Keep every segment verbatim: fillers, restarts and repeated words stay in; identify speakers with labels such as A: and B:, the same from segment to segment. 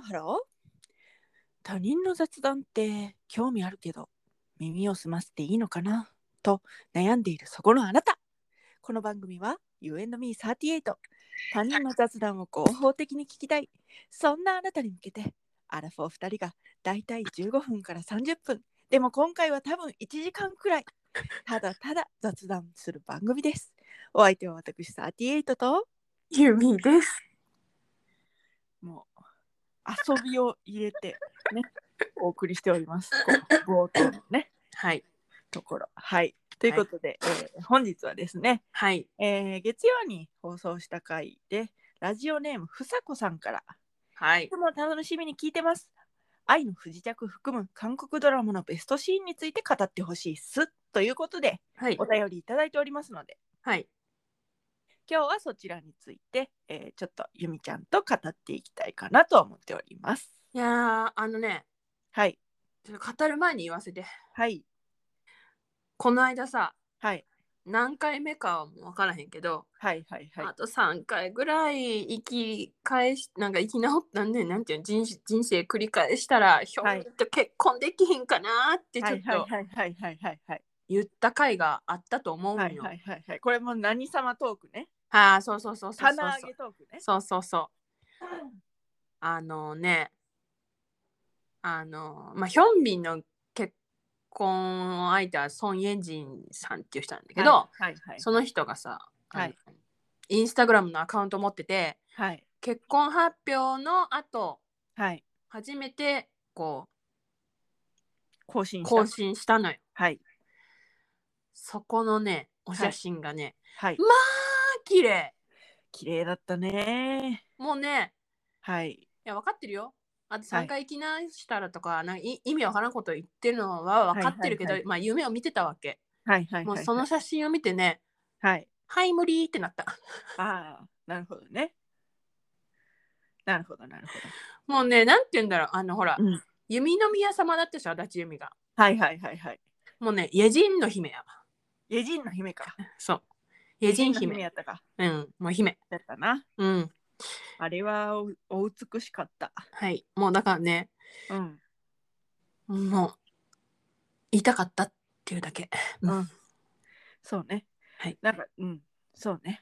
A: ハロー。他人の雑談って興味あるけど耳を澄ませていいのかなと悩んでいるそこのあなた。この番組は You and me さんじゅうはち。他人の雑談を合法的に聞きたい、そんなあなたに向けて、アラフォーふたりがだいたいじゅうごふんからさんじゅっぷん、でも今回は多分いちじかんくらい、ただただ雑談する番組です。お相手は私さんじゅうはちと
B: ユミです。
A: もう遊びを入れてねお送りしております。こう冒頭のね
B: はい
A: ところ。はいということで、はい、えー、本日はですね、
B: はい、
A: えー、月曜に放送した回でラジオネームふさこさんから、
B: はい、
A: いつも楽しみに聞いてます。愛の不時着含む韓国ドラマのベストシーンについて語ってほしいっすということで、
B: はい、
A: お便りいただいておりますので、
B: はい、
A: 今日はそちらについて、えー、ちょっとゆみちゃんと語っていきたいかなと思っております。
B: いやーあのね、
A: はい、
B: ちょっと語る前に言わせて。
A: はい、
B: この間さ、
A: はい、
B: 何回目かはもう分からへんけど、
A: はいはいはい、
B: あとさんかいぐらい生き返しなんか生き直ったんで、なんていうの、人人生繰り返したらひょんと結婚できひんかなってちょっと
A: はいはいはいはいはい
B: 言った回があったと思うんよ。
A: はいはいはいはい。これも何様トークね。
B: ああ、そうそうそうそうそう
A: 棚上げトークね。
B: そうそうそうあのねあのまあヒョンビンの結婚相手はソン・イェンジンさんっていう人なんだけど、
A: はいはいはい、
B: その人がさ、
A: はい、
B: インスタグラムのアカウント持ってて、
A: はい、
B: 結婚発表の後、
A: はい、
B: 初めてこう
A: 更新した
B: 更新したのよ。
A: はい、
B: そこのねお写真がね、
A: はい、
B: まあ綺麗
A: 綺麗だったね。
B: もうね、
A: はい、
B: いや分かってるよ。あと
A: はい
B: さんかい生き直したらとか、なんか意味わからんこと言ってるのは分かってるけど、
A: はいはいはい、
B: まあ夢を見てたわけ。
A: はいはい
B: もう
A: はいはい、
B: その写真を見てね、
A: はい、
B: はい無理ってなった。
A: ああ、なるほどね。なるほどなるほど。
B: もうね、なんて言うんだろう、あのほら、
A: うん、
B: 弓の宮様だったし、足立由美が。
A: はいはいはいはい。
B: もうね、イェジンの姫やわ。
A: イェジンの姫か。
B: そう。
A: イェジンの
B: イェジン姫。
A: 姫やったか。
B: うん、もう姫。
A: だったな。
B: うん。
A: あれは お, お美しかった。
B: はい。もうだからね、
A: うん。
B: もう言いたかったっていうだけ。
A: うん。うん、そうね。
B: はい。
A: なんか、うん、そうね。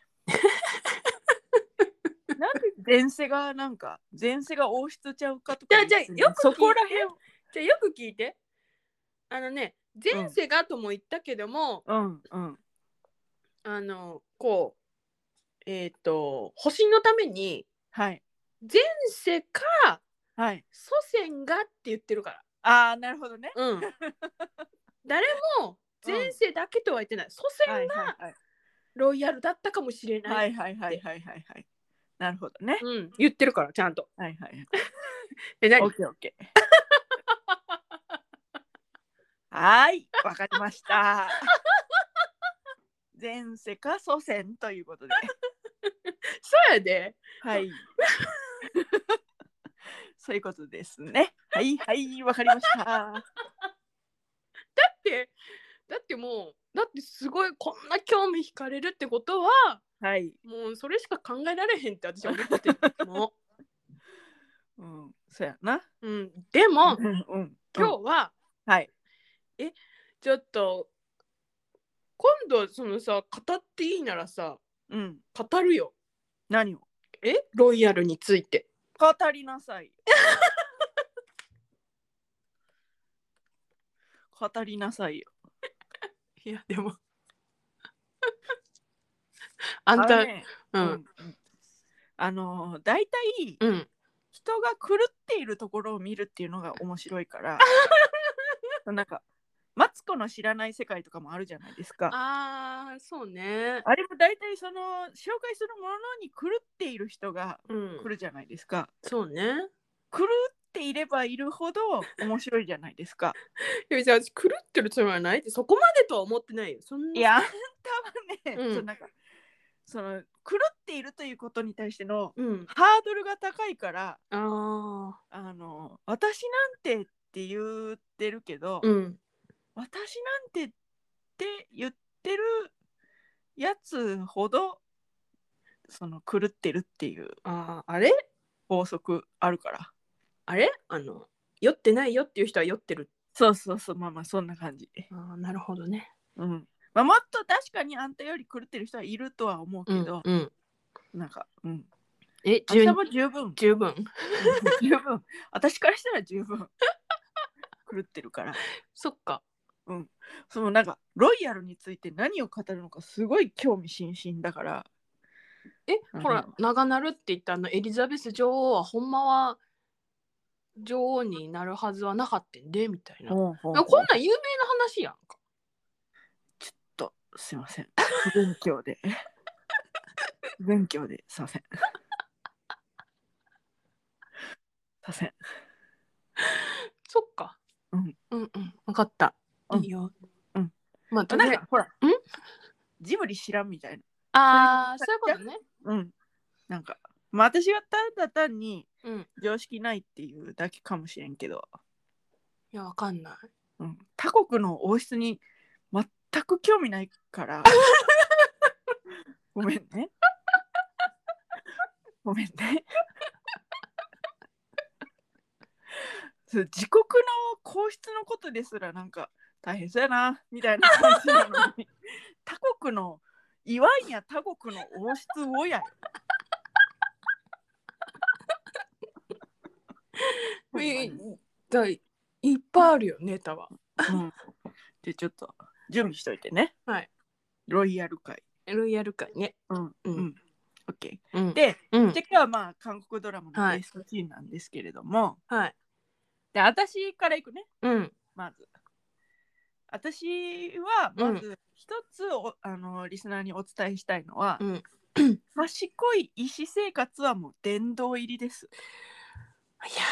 A: なんで前世がなんか前世が王室ちゃうかとか
B: じゃあじゃあよく
A: そこら辺
B: じゃあよく聞いて。あのね、前世がとも言ったけども、
A: うんうん、
B: あのこうえっ、ー、と星のために、
A: はい、
B: 前世か、
A: はい、
B: 祖先がって言ってるから。
A: ああなるほどね。
B: うん。誰も前世だけとは言ってない。祖先がロイヤルだったかもしれないって。
A: はいはいはいはいはいはい。なるほどね。
B: うん、言ってるからちゃんと。
A: はいはい。
B: え、何？
A: オッケーオッケー。はい、わかりました。前世か祖先ということで。
B: そうやで。
A: はい。そういうことですね。はいはい、わかりました。だ
B: ってだってもうだってすごいこんな興味惹かれるってことは、
A: はい、
B: もうそれしか考えられへんって私は思ってるも
A: う。うん、そうやな。
B: う、うん、でも、
A: うんうん、
B: 今日は、
A: はい。
B: えちょっと今度そのさ語っていいならさ、
A: うん、
B: 語るよ。
A: 何を？
B: えロイヤルについて
A: 語りなさい。語りなさいよ。
B: いやでもあんた、
A: あのね、
B: うん、
A: うん、あのー、だいたい
B: うん
A: 人が狂っているところを見るっていうのが面白いからなんかマツコの知らない世界とかもあるじゃないですか。
B: あーそうね。
A: あれもだいたいその紹介するものに狂っている人が来るじゃないですか、
B: うん、そうね。
A: 狂っていればいるほど面白いじゃないですか。
B: いやじゃあ私狂ってるつもりはないって、そこまでとは思ってないよ。そんない
A: やあんたはね、
B: うん、
A: そのなんかその狂っているということに対しての
B: うん、
A: ハードルが高いから、
B: あ
A: あの私なんてって言ってるけど、
B: うん、
A: 私なんてって言ってるやつほどその狂ってるっていう
B: ああれ
A: 法則あるから。
B: あれあの酔ってないよっていう人は酔ってる。
A: そうそうそう、まあまあそんな感じ。
B: ああ、なるほどね。
A: うん。まあもっと確かにあんたより狂ってる人はいるとは思うけど、
B: うんうん。
A: なんか、うん。
B: え、
A: あんたも十分。
B: 十分。
A: 十分。私からしたら十分。狂ってるから。
B: そっか。
A: うん。そのなんか、ロイヤルについて何を語るのかすごい興味津々だから。
B: え、ほら、長なるって言ったあのエリザベス女王はほんまは女王になるはずはなかったんでみたいな。
A: ほうほうほう、
B: こんなん有名な話やんか。
A: ちょっとすいません。不勉強で。不勉強ですいません。すいません。
B: そっか。
A: うん。
B: うんうん。分かった。
A: うん、
B: いいよ。
A: うん。
B: まあ、と
A: なんかほら、
B: ん
A: ジブリ知らんみたいな。
B: ああ、そういうことね。
A: うん。なんか、まあ私がただ単に
B: うん。
A: 常識ないっていうだけかもしれんけど、
B: いや、わかんない。
A: うん、他国の王室に全く興味ないから、ごめんね。ごめんね。自国の皇室のことですらなんか大変そうやなみたいな感じなのに他国のいわんや他国の王室をやよ。
B: いだいいっぱいあるよネタは。
A: うん。でちょっと準備しといてね。
B: はい。
A: ロイヤル会。
B: ロイヤル会ね。
A: うん。
B: うん。
A: うん。オッケー。
B: うん、
A: で、
B: うん、
A: じゃあ今日はまあ韓国ドラマのベストシーンなんですけれども、
B: はい。
A: で私からいくね。
B: うん。
A: まず。私はまず一つお、あのリスナーにお伝えしたいのは、
B: うん、
A: 賢い医師生活はもう殿堂入りです。
B: いや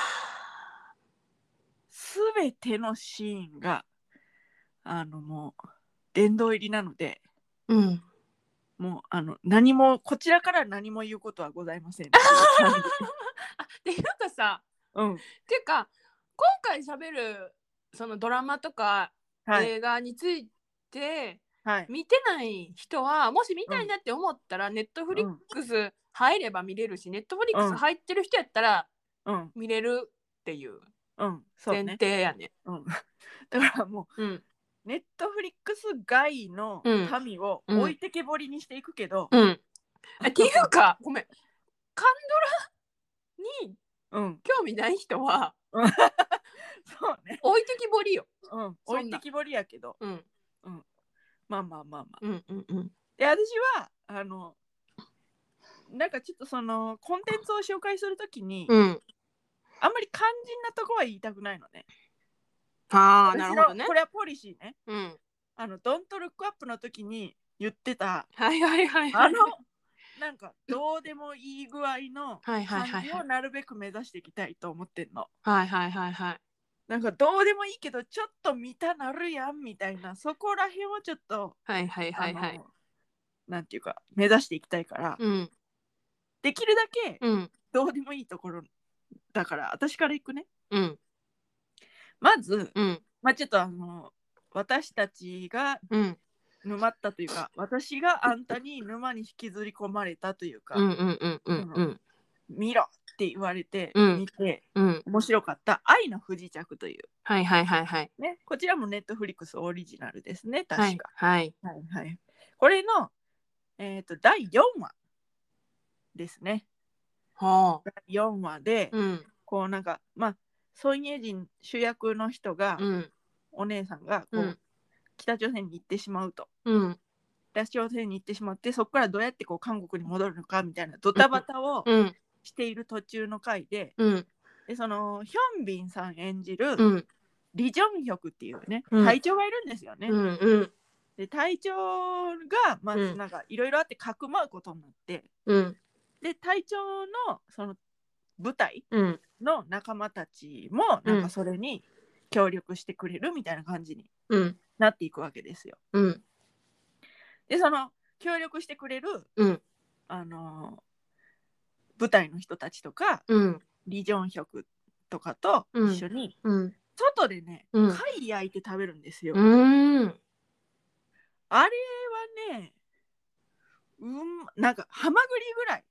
A: すべてのシーンがあのもう殿堂入りなので、
B: うん。
A: もうあの何もこちらから何も言うことはございませんっていう感じ。
B: あ、っていうかさ、
A: うん。
B: っていうか今回喋るそのドラマとか
A: はい、
B: 映画について
A: はい。
B: 見てない人はもし見たいなって思ったら、ネットフリックス入れば見れるし、ネットフリックス入ってる人やったら
A: うん。
B: 見れるっていう
A: うん。そう
B: 前
A: ね。
B: 提やね。
A: うん。だからもう、
B: うん。
A: ネットフリックス外の
B: うん
A: 民を置いてけぼりにしていくけど、
B: うん。っていうか、ごめん。カンドラに
A: うん。
B: 興味ない人は
A: そうね。
B: 置いてきぼりよ。
A: うん。
B: そんな
A: 置いてきぼりやけど、
B: うん。
A: うん。まあまあまあまあ。
B: うんうんうん。
A: で、私は、あの、なんかちょっとそのコンテンツを紹介するときに、
B: うん。
A: あんまり肝心なとこは言いたくないのね。
B: ああ、
A: 私の
B: なるほどね。
A: これはポリシーね。
B: うん。
A: あの、ドントルックアップの時に言ってた、
B: はいはいはいはい。
A: あの、なんかどうでもいい具合の
B: はいはいはい
A: 感じ
B: はい。
A: をなるべく目指していきたいと思ってんの。
B: はいはいはいはい。
A: なんかどうでもいいけどちょっと見たなるやんみたいな、そこら辺をちょっと、
B: はいはいはいはい。
A: あのなんていうか目指していきたいから、
B: うん。
A: できるだけ
B: うん。
A: どうでもいいところだから私からいくね。
B: うん。
A: まず、
B: うん。
A: まあちょっとあの私たちが
B: うん。
A: 沼ったというか、私があんたに沼に引きずり込まれたというか、
B: うんうんうんうんうん。
A: 見ろって言われて、
B: うん
A: 見て、
B: うん。
A: 面白かった愛の不時着という、
B: はいはいはいはい。
A: ね、こちらもネットフリックスオリジナルですね、
B: はい
A: 確か。
B: はい。
A: はいはい。これの、えーと、だいよんわですね。
B: はあ。
A: だいよんわで、
B: うん。
A: こうなんか、まあ、ソン・イェジン主役の人が、
B: うん。
A: お姉さんがこう、
B: うん。
A: 北朝鮮に行ってしまうと。
B: うん。
A: 北朝鮮に行ってしまって、そこからどうやってこう韓国に戻るのかみたいなドタバタを
B: うん。
A: している途中の回で、
B: うん。
A: でそのヒョンビンさん演じる、
B: うん。
A: リ・ジョンヒョクっていうね、
B: うん
A: 隊長がいるんですよね。
B: うんうん。
A: で隊長がまずなんかいろいろあってかくまうことになって、
B: うん。
A: で隊長のその部隊
B: うん。
A: の仲間たちもなんかそれに協力してくれるみたいな感じに
B: うん。
A: なっていくわけですよ。
B: うん。
A: でその協力してくれる、
B: うん。
A: あの部隊の人たちとか、
B: うん。
A: リ・ジョンヒョクとかと一緒に、
B: うん。
A: 外でね、
B: うん
A: 貝焼いて食べるんですよ。
B: うーん。
A: あれはね、うん、なんかハマグリぐらい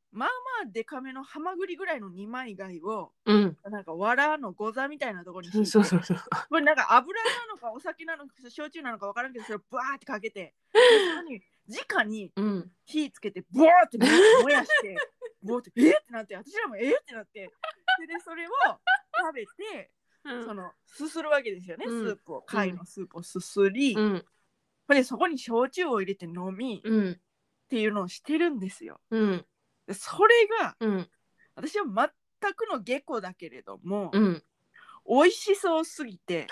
A: まあまあデカめのハマグリぐらいのにまい貝を、
B: うん、
A: なんか藁のゴザみたいなところに敷いて、
B: そうそうそう。
A: これなんか油なのかお酒なのか焼酎なのか分からんけど、それをバーってかけて、でそこに直に
B: うん、
A: 火つけてボーって燃燃やしてボーってえーってなって、私らもえーってなって、ででそれを食べて、
B: うん、
A: そのすするわけですよね、
B: うん
A: スープを、貝のスープをすすり、
B: うん、
A: これでそこに焼酎を入れて飲み、
B: うん、
A: っていうのをしてるんですよ。
B: うん、
A: でそれが
B: うん、
A: 私は全くの下戸だけれども、
B: うん、
A: 美味しそうすぎて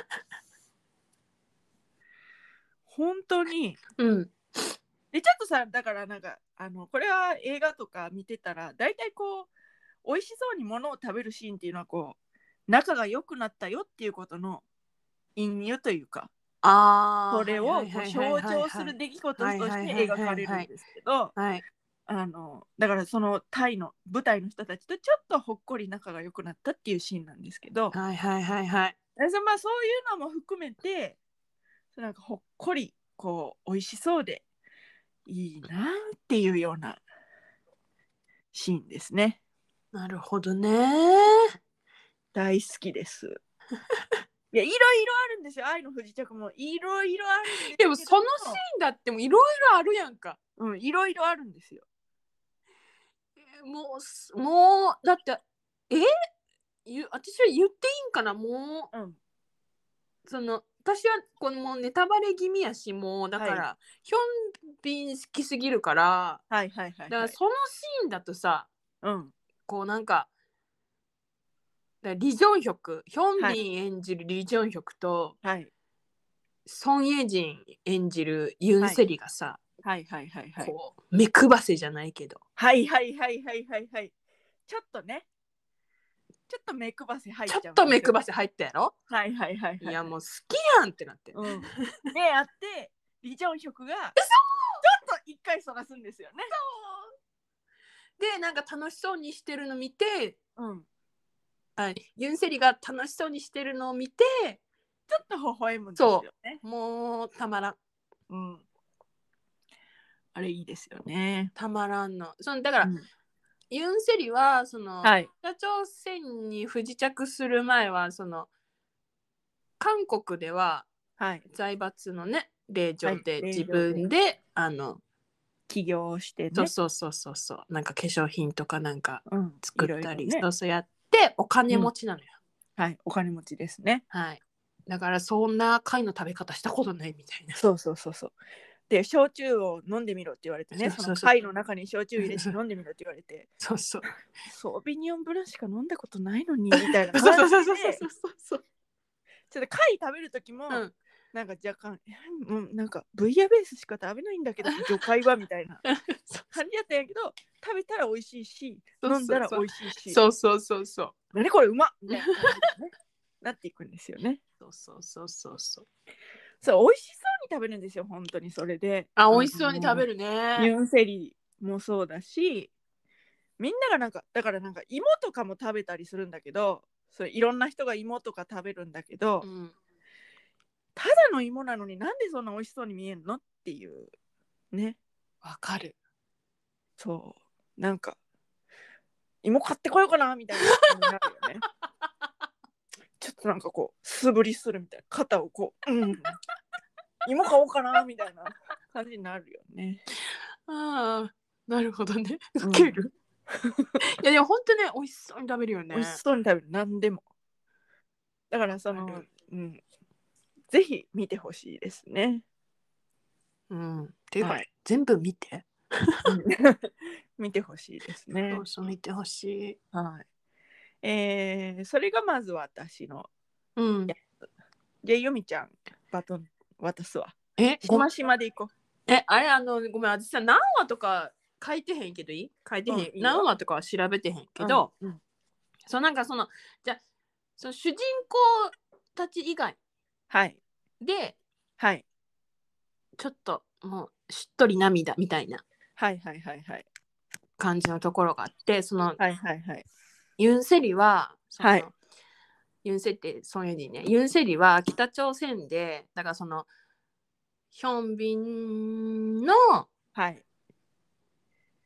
A: 本当に。
B: うん、
A: でちょっとさ、だからなんかあのこれは映画とか見てたら大体こう美味しそうにものを食べるシーンっていうのはこう仲が良くなったよっていうことの隠喩というか、
B: ああ、
A: それをこう象徴する出来事として描かれるんですけど、
B: はい。
A: あのだからそのタイの舞台の人たちとちょっとほっこり仲が良くなったっていうシーンなんですけど、
B: はいはいはいはい。
A: でそまあそういうのも含めてなんかほっこりこう美味しそうでいいなっていうようなシーンですね。
B: なるほどね。
A: 大好きです。いやいろいろあるんですよ、愛の不時着もいろいろあるんですけど、
B: でもそのシーンだってもいろいろあるやんか。
A: うんいろいろあるんですよ。
B: えもうすもうだってえゆ私は言っていいんかな、もう、
A: うん
B: その私はこのもうネタバレ気味やし、もうだから、
A: は
B: ヒョンビン好きすぎるから、
A: はいはいはいはい。
B: だからそのシーンだとさ、
A: うん
B: こうなんかだからリ・ジョンヒョク、ヒョン
A: はい
B: ビン演じるリ・ジョンヒョクと、
A: はい
B: ソン・イェジン演じるユン・セリがさ、
A: はいはいはいはい
B: こう目くばせじゃないけど、
A: はいはいはいはいはいはい、ちょっとねちょっと目くばせ入っちゃう、
B: ちょっと目くばせ入ったやろ。
A: はいはいはいはい、
B: いやもう好きやんってなって、
A: うん、であってリ・ジョンヒョクがちょっと一回そらすんですよね。
B: でなんか楽しそうにしてるの見て、
A: うん
B: あユン・セリが楽しそうにしてるのを見て、
A: ちょっと微笑むんですよね。
B: もうたまらん、
A: うん、あれいいですよね。
B: たまらんの。そのだから、
A: うん、
B: ユン・セリはその、
A: はい
B: 北朝鮮に不時着する前はその韓国では
A: はい
B: 財閥のね令状
A: はい
B: で自
A: 令状で
B: 分で、あの
A: 起業をしてね、
B: そうそうそうそうそうなんか化粧品とかなんか
A: うん、
B: 作ったり、
A: いろいろね、
B: そうそうやってお金持ちなのよ、
A: はいお金持ちですね。
B: はいだからそんな貝の食べ方したことないみたいな。
A: そうそうそうそう。で焼酎を飲んでみろって言われてね、
B: そうそうそう
A: その貝の中に焼酎入れて飲んでみろって言われて
B: そうそう
A: ソービニオンブランしか飲んだことないのにみたいな
B: そう
A: 感じで
B: そうそうそうそうそう
A: ちょっと貝食べる時も、
B: うん、
A: なんか若干、うん、なんかブイヤベースしか食べないんだけど魚介はみたいな感じやったんやけど、食べたら美味しいし
B: そうそうそう
A: 飲んだら美味しいし、
B: そうそうそうそう
A: 何これうまっみたいな感じでねなっていくんですよね。
B: そうそうそうそうそう
A: そう美味しそうに食べるんですよ本当に。それで
B: あ美味しそうに食べるね。
A: ユンセリもそうだし、みんながなんかだからなんか芋とかも食べたりするんだけど、それいろんな人が芋とか食べるんだけど、
B: うん、
A: ただの芋なのになんでそんな美味しそうに見えるのっていうね。
B: わかる。
A: そうなんか芋買ってこようかなみたいな感じになるよねちょっとなんかこう素振りするみたいな、肩をこう、うん、芋買おうかなみたいな感じになるよね。
B: ああなるほどね。
A: うん、
B: ウケる。いやでも本当ね美味しそうに食べるよね。
A: 美味しそうに食べる、何でも。だからその、うん、ぜひ見てほしいですね。
B: うん。っていうか、
A: はい、
B: 全部見て。
A: 見てほしいですね。
B: そうそう見てほしい。
A: はい。えー、それがまず私の。
B: うん。
A: じゃあゆみちゃんバトン渡すわ。
B: え
A: しましまでいこ
B: う。えあれあのごめん私さ何話とか書いてへんけどいい書いてへん、
A: うんいいよ
B: 何話とかは調べてへんけど、
A: うんうん、
B: そうなんかそのじゃあその主人公たち以外
A: はい
B: で
A: はい
B: ちょっともうしっとり涙みたいな
A: はいはいはいはい
B: 感じのところがあって、その
A: はいはいはい
B: ユンセリはその、
A: はい
B: ユンセリってそういうにね、ユンセリは北朝鮮でだからそのヒョンビンの
A: はい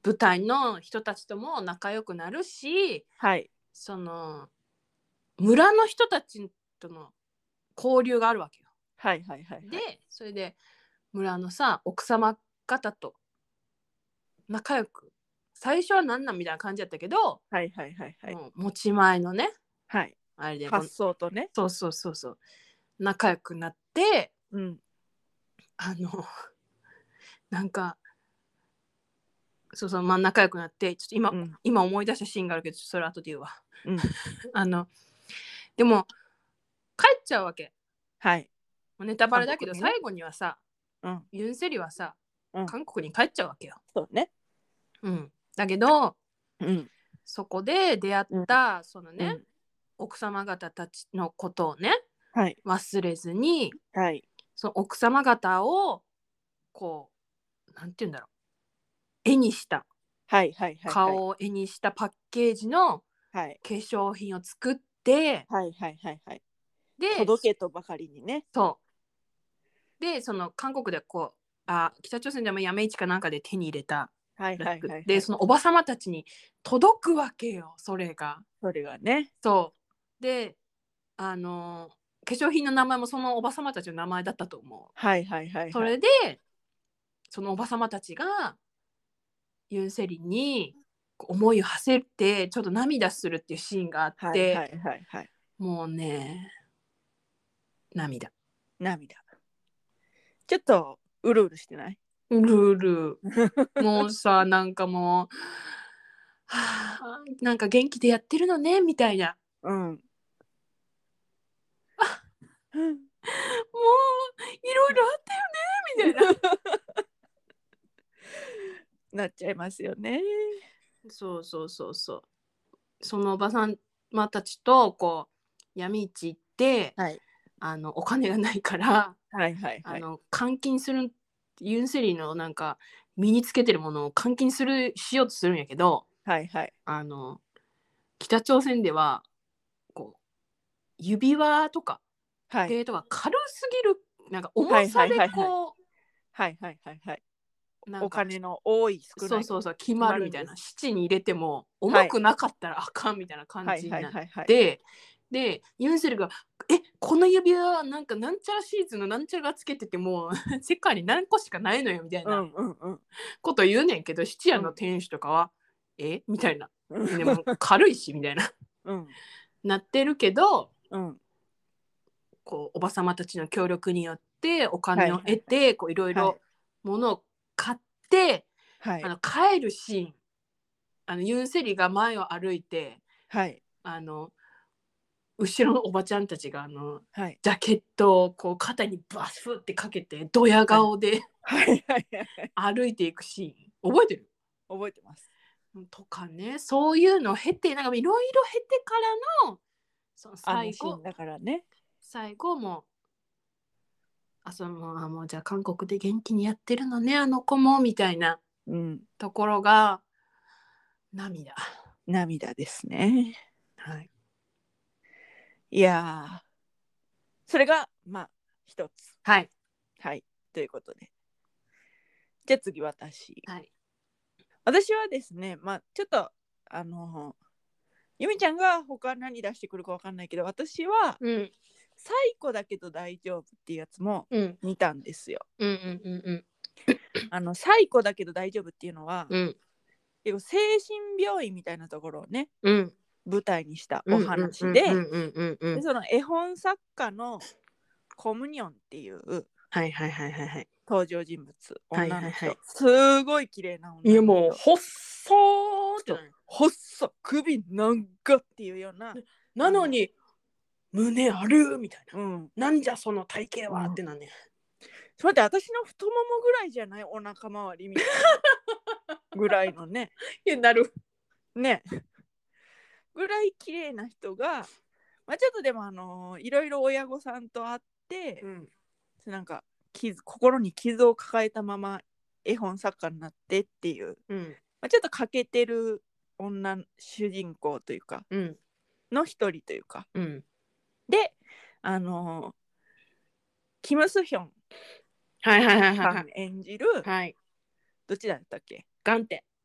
B: 舞台の人たちとも仲良くなるし、
A: はい。
B: その村の人たちとの交流があるわけよ。
A: はいはいはいはい。
B: で、それで村のさ奥様方と仲良く、最初はなんなんみたいな感じだったけど、
A: はいはいはいはい。
B: もう持ち前のね、
A: はい。
B: あれでこう
A: 発想とね。
B: そうそうそうそう仲良くなって、
A: うん。
B: あのなんかそうそう、まあ仲良くなって、ちょっと今、
A: うん。
B: 今思い出したシーンがあるけど、それ後で言うわ。
A: うん。
B: あのでも帰っちゃうわけ。
A: はい。
B: ネタバレだけど、
A: 韓国にね。
B: 最後にはさ、
A: うん。
B: ユンセリはさ、
A: うん。
B: 韓国に帰っちゃうわけよ。
A: そうね。
B: うん。だけど、
A: うん。
B: そこで出会っ
A: うん。
B: た、そのね、
A: うん。
B: 奥様方たちのことをね、
A: はい。
B: 忘れずに、
A: はい。
B: その奥様方を、こう、なんて言うんだろう、絵にした、
A: はいはいはいはい。
B: 顔を絵にしたパッケージの
A: はい。
B: 化粧品を作って、
A: はいはいはいはい。
B: で、
A: 届けとばかりにね。
B: そうで、その韓国でこう、あ、北朝鮮でもやめ市かなんかで手に入れた
A: はい
B: らしく、
A: はいはいはい。
B: で、そのおばさまたちに届くわけよ、それが。
A: それがね。
B: そうで、あの化粧品の名前もそのおばさまたちの名前だったと思う。
A: はいはいはいはい。
B: それでそのおばさまたちがユンセリに思いを馳せてちょっと涙するっていうシーンがあって、
A: はいはいはいはい。
B: もうね、涙。
A: 涙。ちょっとうるうるしてない？
B: うるうる。もうさ、なんかもう、はあ、なんか元気でやってるのねみたいな。
A: うん。
B: もういろいろあったよねみたいな。
A: なっちゃいますよね。
B: そうそうそうそう。そのおばさんまたちとこう闇市行って、
A: はい。
B: あのお金がないから、
A: はいはいはい。
B: あの換金する、ユンセリのなんか身につけてるものを換金するしようとするんやけど、
A: はいはい。
B: あの北朝鮮ではこう指輪とか
A: はい。
B: 時計とか軽すぎる、なんか重
A: はいはい
B: さで
A: はいはい。
B: こ
A: はいはいはいはい。
B: うなんか
A: お金の多い少ない
B: そうそうそう決まるみたいな、七に入れても重くなかったらあかんみたいな感じになっ
A: はいはいはいはい。
B: て、でユンセルがえこの指輪はなんかなんちゃらシーズンのなんちゃらがつけてても世界に何個しかないのよみたいうなん
A: うんうん。
B: こと言うねんけど、質屋の店主とかは、えみたいな、でも軽いしみたいな
A: うん。
B: なってるけど、
A: うん。
B: こうおばさまたちの協力によってお金を
A: はいはいはい。
B: 得て、こういろい
A: はい
B: ろものを買って、
A: はい。
B: あの帰るシーン、あのユンセリが前を歩いて、
A: はい。
B: あの後ろのおばちゃんたちがあの
A: はい。
B: ジャケットをこう肩にバスってかけてドヤ顔で
A: はいはいはいはい。
B: 歩いていくシーン覚えてる？
A: 覚えてます。
B: とかね、そういうのを経て、なんかいろいろ経てからのその
A: あの
B: 最後
A: シーンだからね。
B: 最後もあそのあもうじゃあ韓国で元気にやってるのねあの子もみたいな
A: うん。
B: ところが涙。
A: 涙ですね。
B: はい。
A: いやー、それがまあ一つ。
B: はい。
A: はい。ということで。じゃあ次私。
B: はい。
A: 私はですね、まあちょっとあのゆみちゃんが他何出してくるかわかんないけど、私は
B: うん。
A: 最古だけど大丈夫っていうやつも
B: うん。
A: 見たんですよ。
B: うんうんうんうん。
A: あの最古だけど大丈夫っていうのは、
B: うん。
A: 結構精神病院みたいなところをね、
B: うん。
A: 舞台にしたお
B: うんうん
A: 話で、
B: うんうんうんうん。
A: でその絵本作家のコムニョンっていう
B: はいはいはいはいはい。
A: 登場人物、
B: はい
A: 女の人、
B: はいはい。
A: すごい綺麗な女の人。
B: いやもう細ーってなる。
A: 細っ首長っていうような。
B: なのに胸あるみたいな。
A: うん。
B: なんじゃその体型は、
A: うん
B: ってなんね。
A: ちょっと待って、私の太ももぐらいじゃない？お腹周りみたいなぐらいのね。
B: いやなる。
A: ね。ぐらい綺麗な人が、まあ、ちょっとでもあのーいろいろ親御さんと会って、
B: うん。
A: なんか傷心に傷を抱えたまま絵本作家になってっていう、
B: うん。
A: まあ、ちょっと欠けてる女主人公というか
B: うん。
A: の一人というか、
B: うん。
A: であのーキム・スヒョン
B: はいはいはいはい
A: さん
B: はい。
A: 演じる、
B: はい。
A: どっちだったっけ？
B: ガンテ。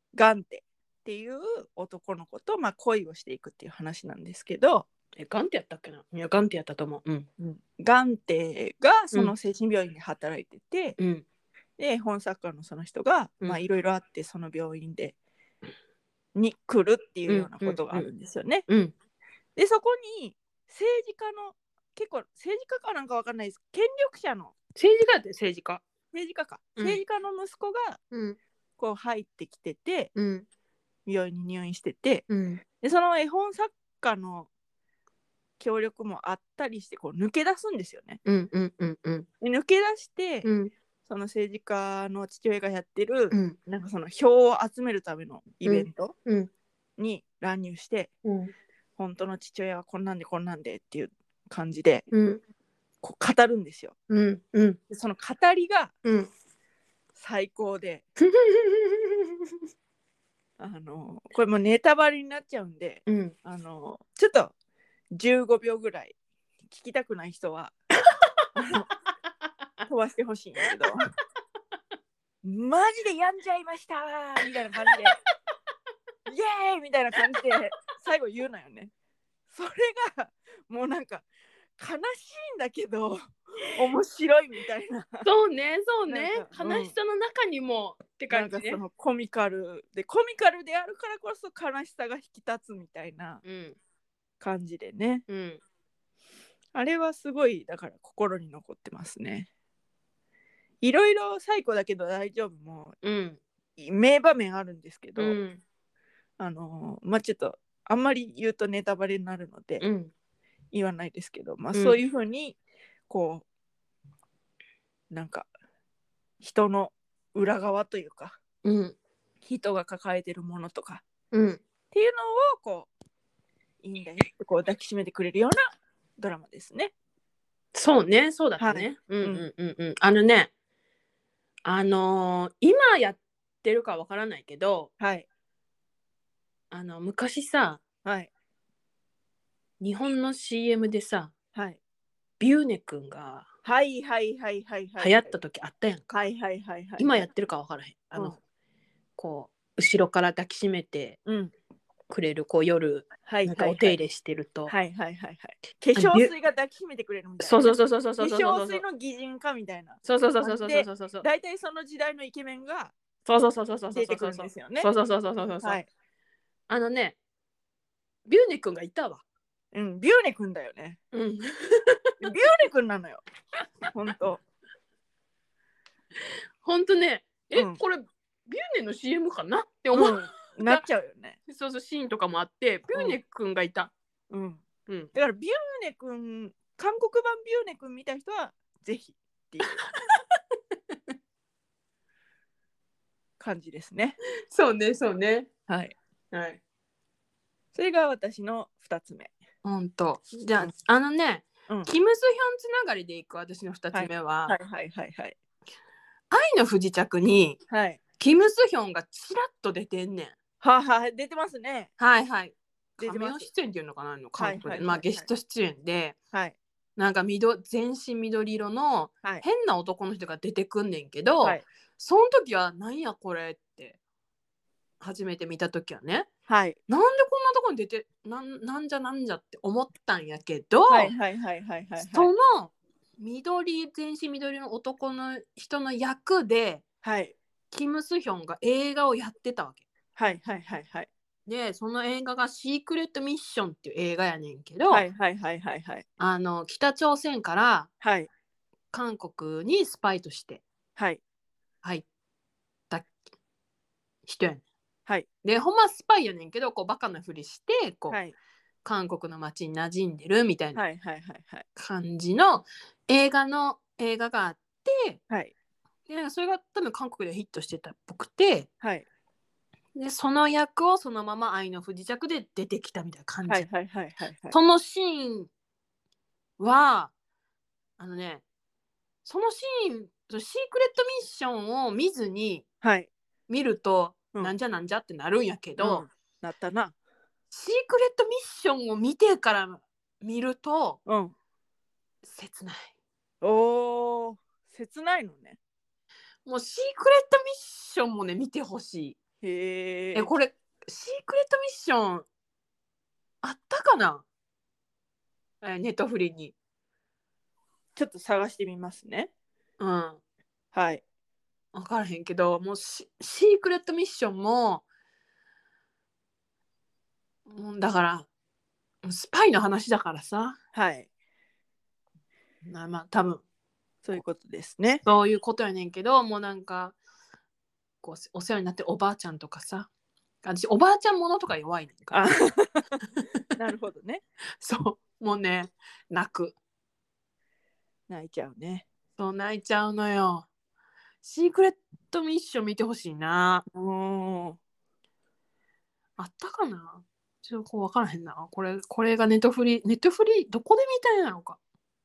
A: ガンテっていう男の子と、まあ、恋をしていくっていう話なんですけど、
B: え、ガンテやったっけな。いや、ガンテやったと思う。うん。
A: うん、ガンテがその精神病院で働いてて、
B: うん。
A: で本作家のその人が
B: うん
A: まあいろいろあってその病院でに来るっていうようなことがあるんですよね。
B: うん。
A: でそこに政治家の結構政治家かなんかわかんないです、権力者の
B: 政治家って政治家。
A: 政治家か、
B: うん
A: 政治家の息子が
B: うん。
A: こう入ってきてて、
B: うん。
A: 病院に入院してて、
B: うん。
A: でその絵本作家の協力もあったりしてこう抜け出すんですよね。
B: うんうんうんうん。
A: で抜け出して、
B: うん。
A: その政治家の父親がやってる、
B: うん。
A: なんかその票を集めるためのイベント
B: うん。
A: に乱入して、
B: うん。
A: 本当の父親はこんなんでこんなんでっていう感じで
B: うん。
A: こう語るんですよ。
B: うんうん。
A: でその語りが
B: うん。
A: 最高で、あのこれもうネタバレになっちゃうんで、
B: うん。
A: あのちょっとじゅうごびょうぐらい聞きたくない人は飛ばしてほしいんやけどマジでやんじゃいましたーみたいな感じでイエーイみたいな感じで最後言うのよね。それがもうなんか悲しいんだけど面白いみたいな。
B: そうね、そうね。
A: なんかうん
B: 悲しさの中にもって
A: な
B: 感じね。
A: んかそのコミカルでコミカルであるからこそ悲しさが引き立つみたいな
B: うん。
A: 感じでね、
B: うん。
A: あれはすごいだから心に残ってますね。いろいろ最高だけど大丈夫も
B: うん。
A: 名場面あるんですけど、
B: うん。
A: あのまあちょっとあんまり言うとネタバレになるので
B: うん。
A: 言わないですけど、まあ
B: うん
A: そういうふうにこうなんか人の裏側というか
B: うん。
A: 人が抱えてるものとか
B: うん。
A: っていうのをこういいんだよってこう抱きしめてくれるようなドラマですね。
B: そうね、そうだったね。
A: はい
B: うんうんうんうん。あのね、あのー今やってるかわからないけど、
A: はい
B: あの昔さ、
A: はい
B: 日本の シーエム でさ、
A: はい
B: ビューネ君が
A: はいはいはいはいはい
B: 流行った時あったやんか。
A: はいはいはいはい
B: 今やってるかわからへん。あの、
A: うん
B: こう後ろから抱きしめて
A: うん
B: くれるこう夜
A: はい
B: なんか
A: はいはい
B: お手入れしてると、
A: はいはいはいはい化粧水が抱きしめてくれるみたいな、
B: そうそうそうそうそうそうそう
A: 化粧
B: そう
A: 水の擬人化みたいな
B: そうそうそうそうそう
A: で
B: そうそうそう
A: 大体その時代のイケメンが
B: そうそうそうそうそうそう
A: 出てくるんですよね。
B: そうそうそうそうそうそうそう、
A: はい
B: あのね、ビューネ君がいたわ。
A: うんビューネ君だよね。
B: うん
A: ビューネ君なのよほんと
B: ほんとね、え、
A: うん
B: これビューネの シーエム かなって思う、
A: うん、なっちゃうよね。
B: そうそうシーンとかもあってビューネ君がいた。
A: うん
B: うん
A: だからビューネ君韓国版ビューネ君見た人はぜひっていう感じですね。
B: そうねそうね。
A: はい
B: はい。
A: それが私のふたつめ。
B: ほんと。じゃあ、
A: うん
B: あのね、
A: うん
B: キム・スヒョンつながりでいく私のふたつめは、
A: はいはいはいはい
B: 愛の不時着に
A: はい
B: キム・スヒョンがちらっと出てんねん。
A: はは出てますね。
B: はいはい。
A: 出てます
B: カメオ出演っていうのかな、の韓国で、
A: はいはいはいはい
B: まあゲスト出演で、
A: はい
B: なんか緑全身緑色の
A: はい
B: 変な男の人が出てくんねんけど、
A: はい
B: その時はなんやこれって初めて見た時はね、
A: はい
B: なんでこんなとこに出てなんなんじゃなんじゃって思ったんやけど、
A: はいはいはいはいはい
B: その緑全身緑の男の人の役で
A: はい
B: キム・スヒョンが映画をやってたわけ
A: はいはいはいはい
B: で、その映画がシークレットミッションっていう映画やねんけど、
A: はいはいはいはいはい
B: あの北朝鮮から
A: はい
B: 韓国にスパイとして
A: はい
B: 入った人やねん。
A: はい
B: で、ほんまスパイやねんけど、こうバカなふりしてこう、
A: はい
B: 韓国の街に馴染んでるみたいな
A: はいはいはいはい
B: 感じの映画の映画があって、
A: はい
B: でなんかそれが多分韓国でヒットしてたっぽくて、
A: はい
B: でその役をそのまま愛の不時着で出てきたみたいな感じ、
A: はいはいはいはいはい
B: そのシーンはあのね、そのシーンシークレットミッションを見ずに
A: はい
B: 見ると、
A: うん
B: なんじゃなんじゃってなるんやけど、
A: うんなったな
B: シークレットミッションを見てから見ると
A: うん
B: 切ない。
A: おー切ないのね。
B: もうシークレットミッションもね見てほしい。
A: へえ。
B: え、これシークレットミッションあったかな、えネットフリに。
A: ちょっと探してみますね。
B: うん。
A: はい。
B: 分からへんけど、もうシシークレットミッションも、もうだからスパイの話だからさ。
A: はい。
B: まあまあ多分
A: そういうことですね。
B: そういうことやねんけど、もうなんかこうお世話になってるおばあちゃんとかさ、私おばあちゃんものとか弱いねんか
A: あ
B: ら。
A: なるほどね。
B: そうもうね泣く。
A: 泣いちゃうね。
B: そう泣いちゃうのよ。シークレットミッション見てほしいな。
A: うーん。
B: あったかな、ちょっとこう分からへんな。これこれがネットフリネットフリどこで見たんやろか。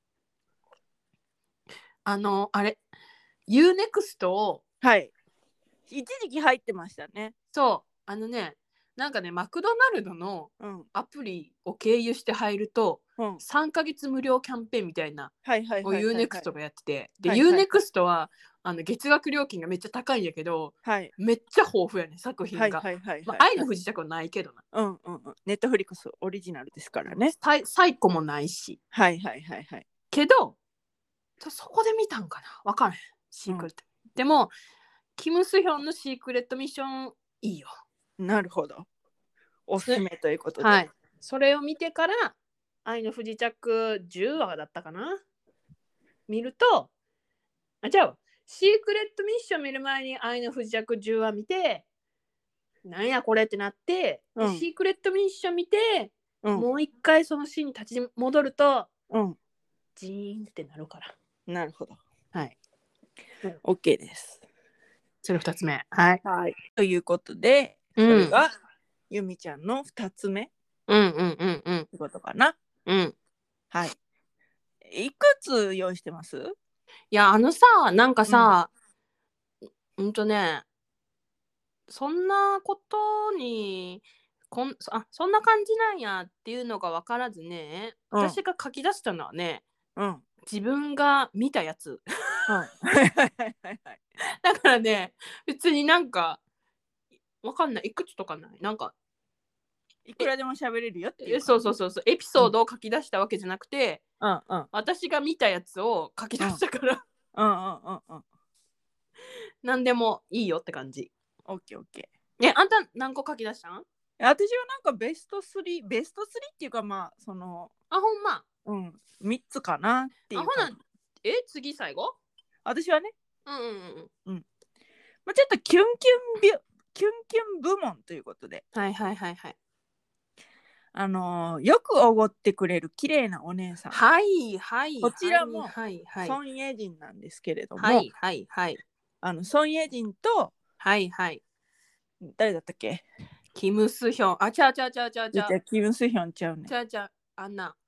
B: あのあれ ユーネクスト を、
A: はい。一時期入ってましたね。
B: そうあのねなんかねマクドナルドの
A: うん。
B: アプリを経由して入ると
A: うん。
B: さんかげつ無料キャンペーンみたいな
A: はいはい
B: を
A: はいはい、はい。
B: ユーネクストがやってて、で、
A: はいはいはい
B: ユーネクスト はあの月額料金がめっちゃ高いんやけど、
A: はい。
B: めっちゃ豊富やね作品が。
A: はいはいはいはい、
B: まあ、愛の不時着はないけどな。
A: うんうんうん。ネットフリックスオリジナルですからね。
B: サイサイコもないし。
A: はいはいはいはい。
B: けど、そこで見たんかなわからへん。シークレット。うん、でも、キム・スヒョンのシークレットミッションいいよ。
A: なるほど。おすすめということで。
B: はい。それを見てから、愛の不時着じゅうわだったかな見ると、あ、じゃあ、シークレットミッション見る前に愛の不時着じゅうわ見て、なんやこれってなって、うん、シークレットミッション見て、うん、もう一回そのシーンに立ち戻ると、うん、ジーンってなるから。
A: なるほど。
B: はい。
A: うん、OK です。
B: それふたつめ。はい。
A: はい。ということで、それが、うん、ゆみちゃんのふたつめ。
B: うんうんうんうん。って
A: ことかな。
B: うん。
A: はい。いくつ用意してます？
B: いや、あのさ、なんかさ、うん、うんとね、そんなことにこんあそんな感じなんやっていうのが分からずね、うん、私が書き出したのはね、うん、自分が見たやつ、うん、だからね別になんか分かんない、いくつとかない、なんか
A: いくらでも喋れるよっていう。
B: そうそうそうそう、エピソードを書き出したわけじゃなくて、
A: うんうん、
B: 私が見たやつを書き出したから、
A: うんうんうんうん、
B: 何でもいいよって感じ。
A: オッケーオッケ
B: ー。え、あんた何個書き出したん？
A: 私はなんかベストスリー、ベストスリーっていうかまあその、
B: あ、ほんま、
A: うん、みっつかなっていう。あ、ほな、
B: え、次最後？
A: 私はね、
B: うんうんうん、うん、
A: まあ、ちょっとキュンキュンビュキュンキュン部門ということで、
B: はいはいはいはい、
A: あのー、よくおごってくれる綺麗なお姉さん、
B: はいはい
A: こちらもソン・イェジンなんですけれども、はいはいはい、あのソン・イェジンと、
B: はいはい、
A: 誰だったっけ？
B: キム・スヒョン、あ、ちゃうちゃうちゃうちゃうちゃう、
A: キム・スヒョンちゃうね。
B: ちゃうちゃう、あんな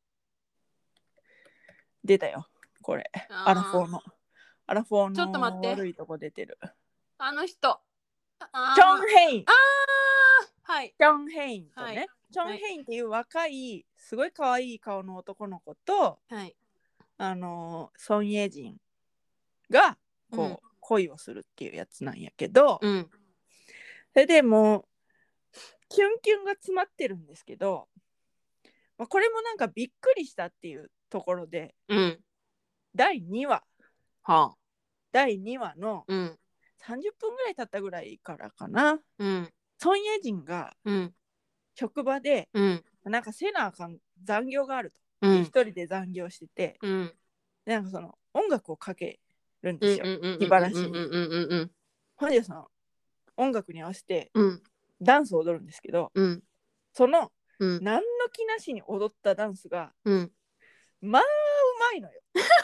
A: 出たよこれ、アラフォーのアラフォーの
B: ちょっと待って
A: 悪いとこ出てる、
B: あの人、
A: チョン・ヘイン、
B: あー、はい、
A: チョン・ヘインとね、はい、チョン・
B: はい、
A: ヘインっていう若いすごい可愛い顔の男の子と、
B: はい、
A: あのソン・イェジンがこう、うん、恋をするっていうやつなんやけど、うん、それでもうキュンキュンが詰まってるんですけど、まあ、これもなんかびっくりしたっていうところで、うん、だいにわ、はあ、だいにわのさんじゅっぷんぐらい経ったぐらいからかな、うん、ソン・イェジンが職場で、うん、なんかせなあかん残業があると、うん、一人で残業してて、うん、でなんかその音楽をかけるんですよ、気晴らしに。ほんでその音楽に合わせてダンスを踊るんですけど、うん、その、うん、何の気なしに踊ったダンスが、うん、まあうまいのよ。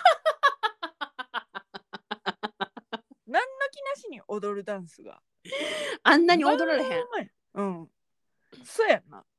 A: 何の気なしに踊るダンスが
B: あんなに踊られへん、ま
A: あ、うん、そうやんな。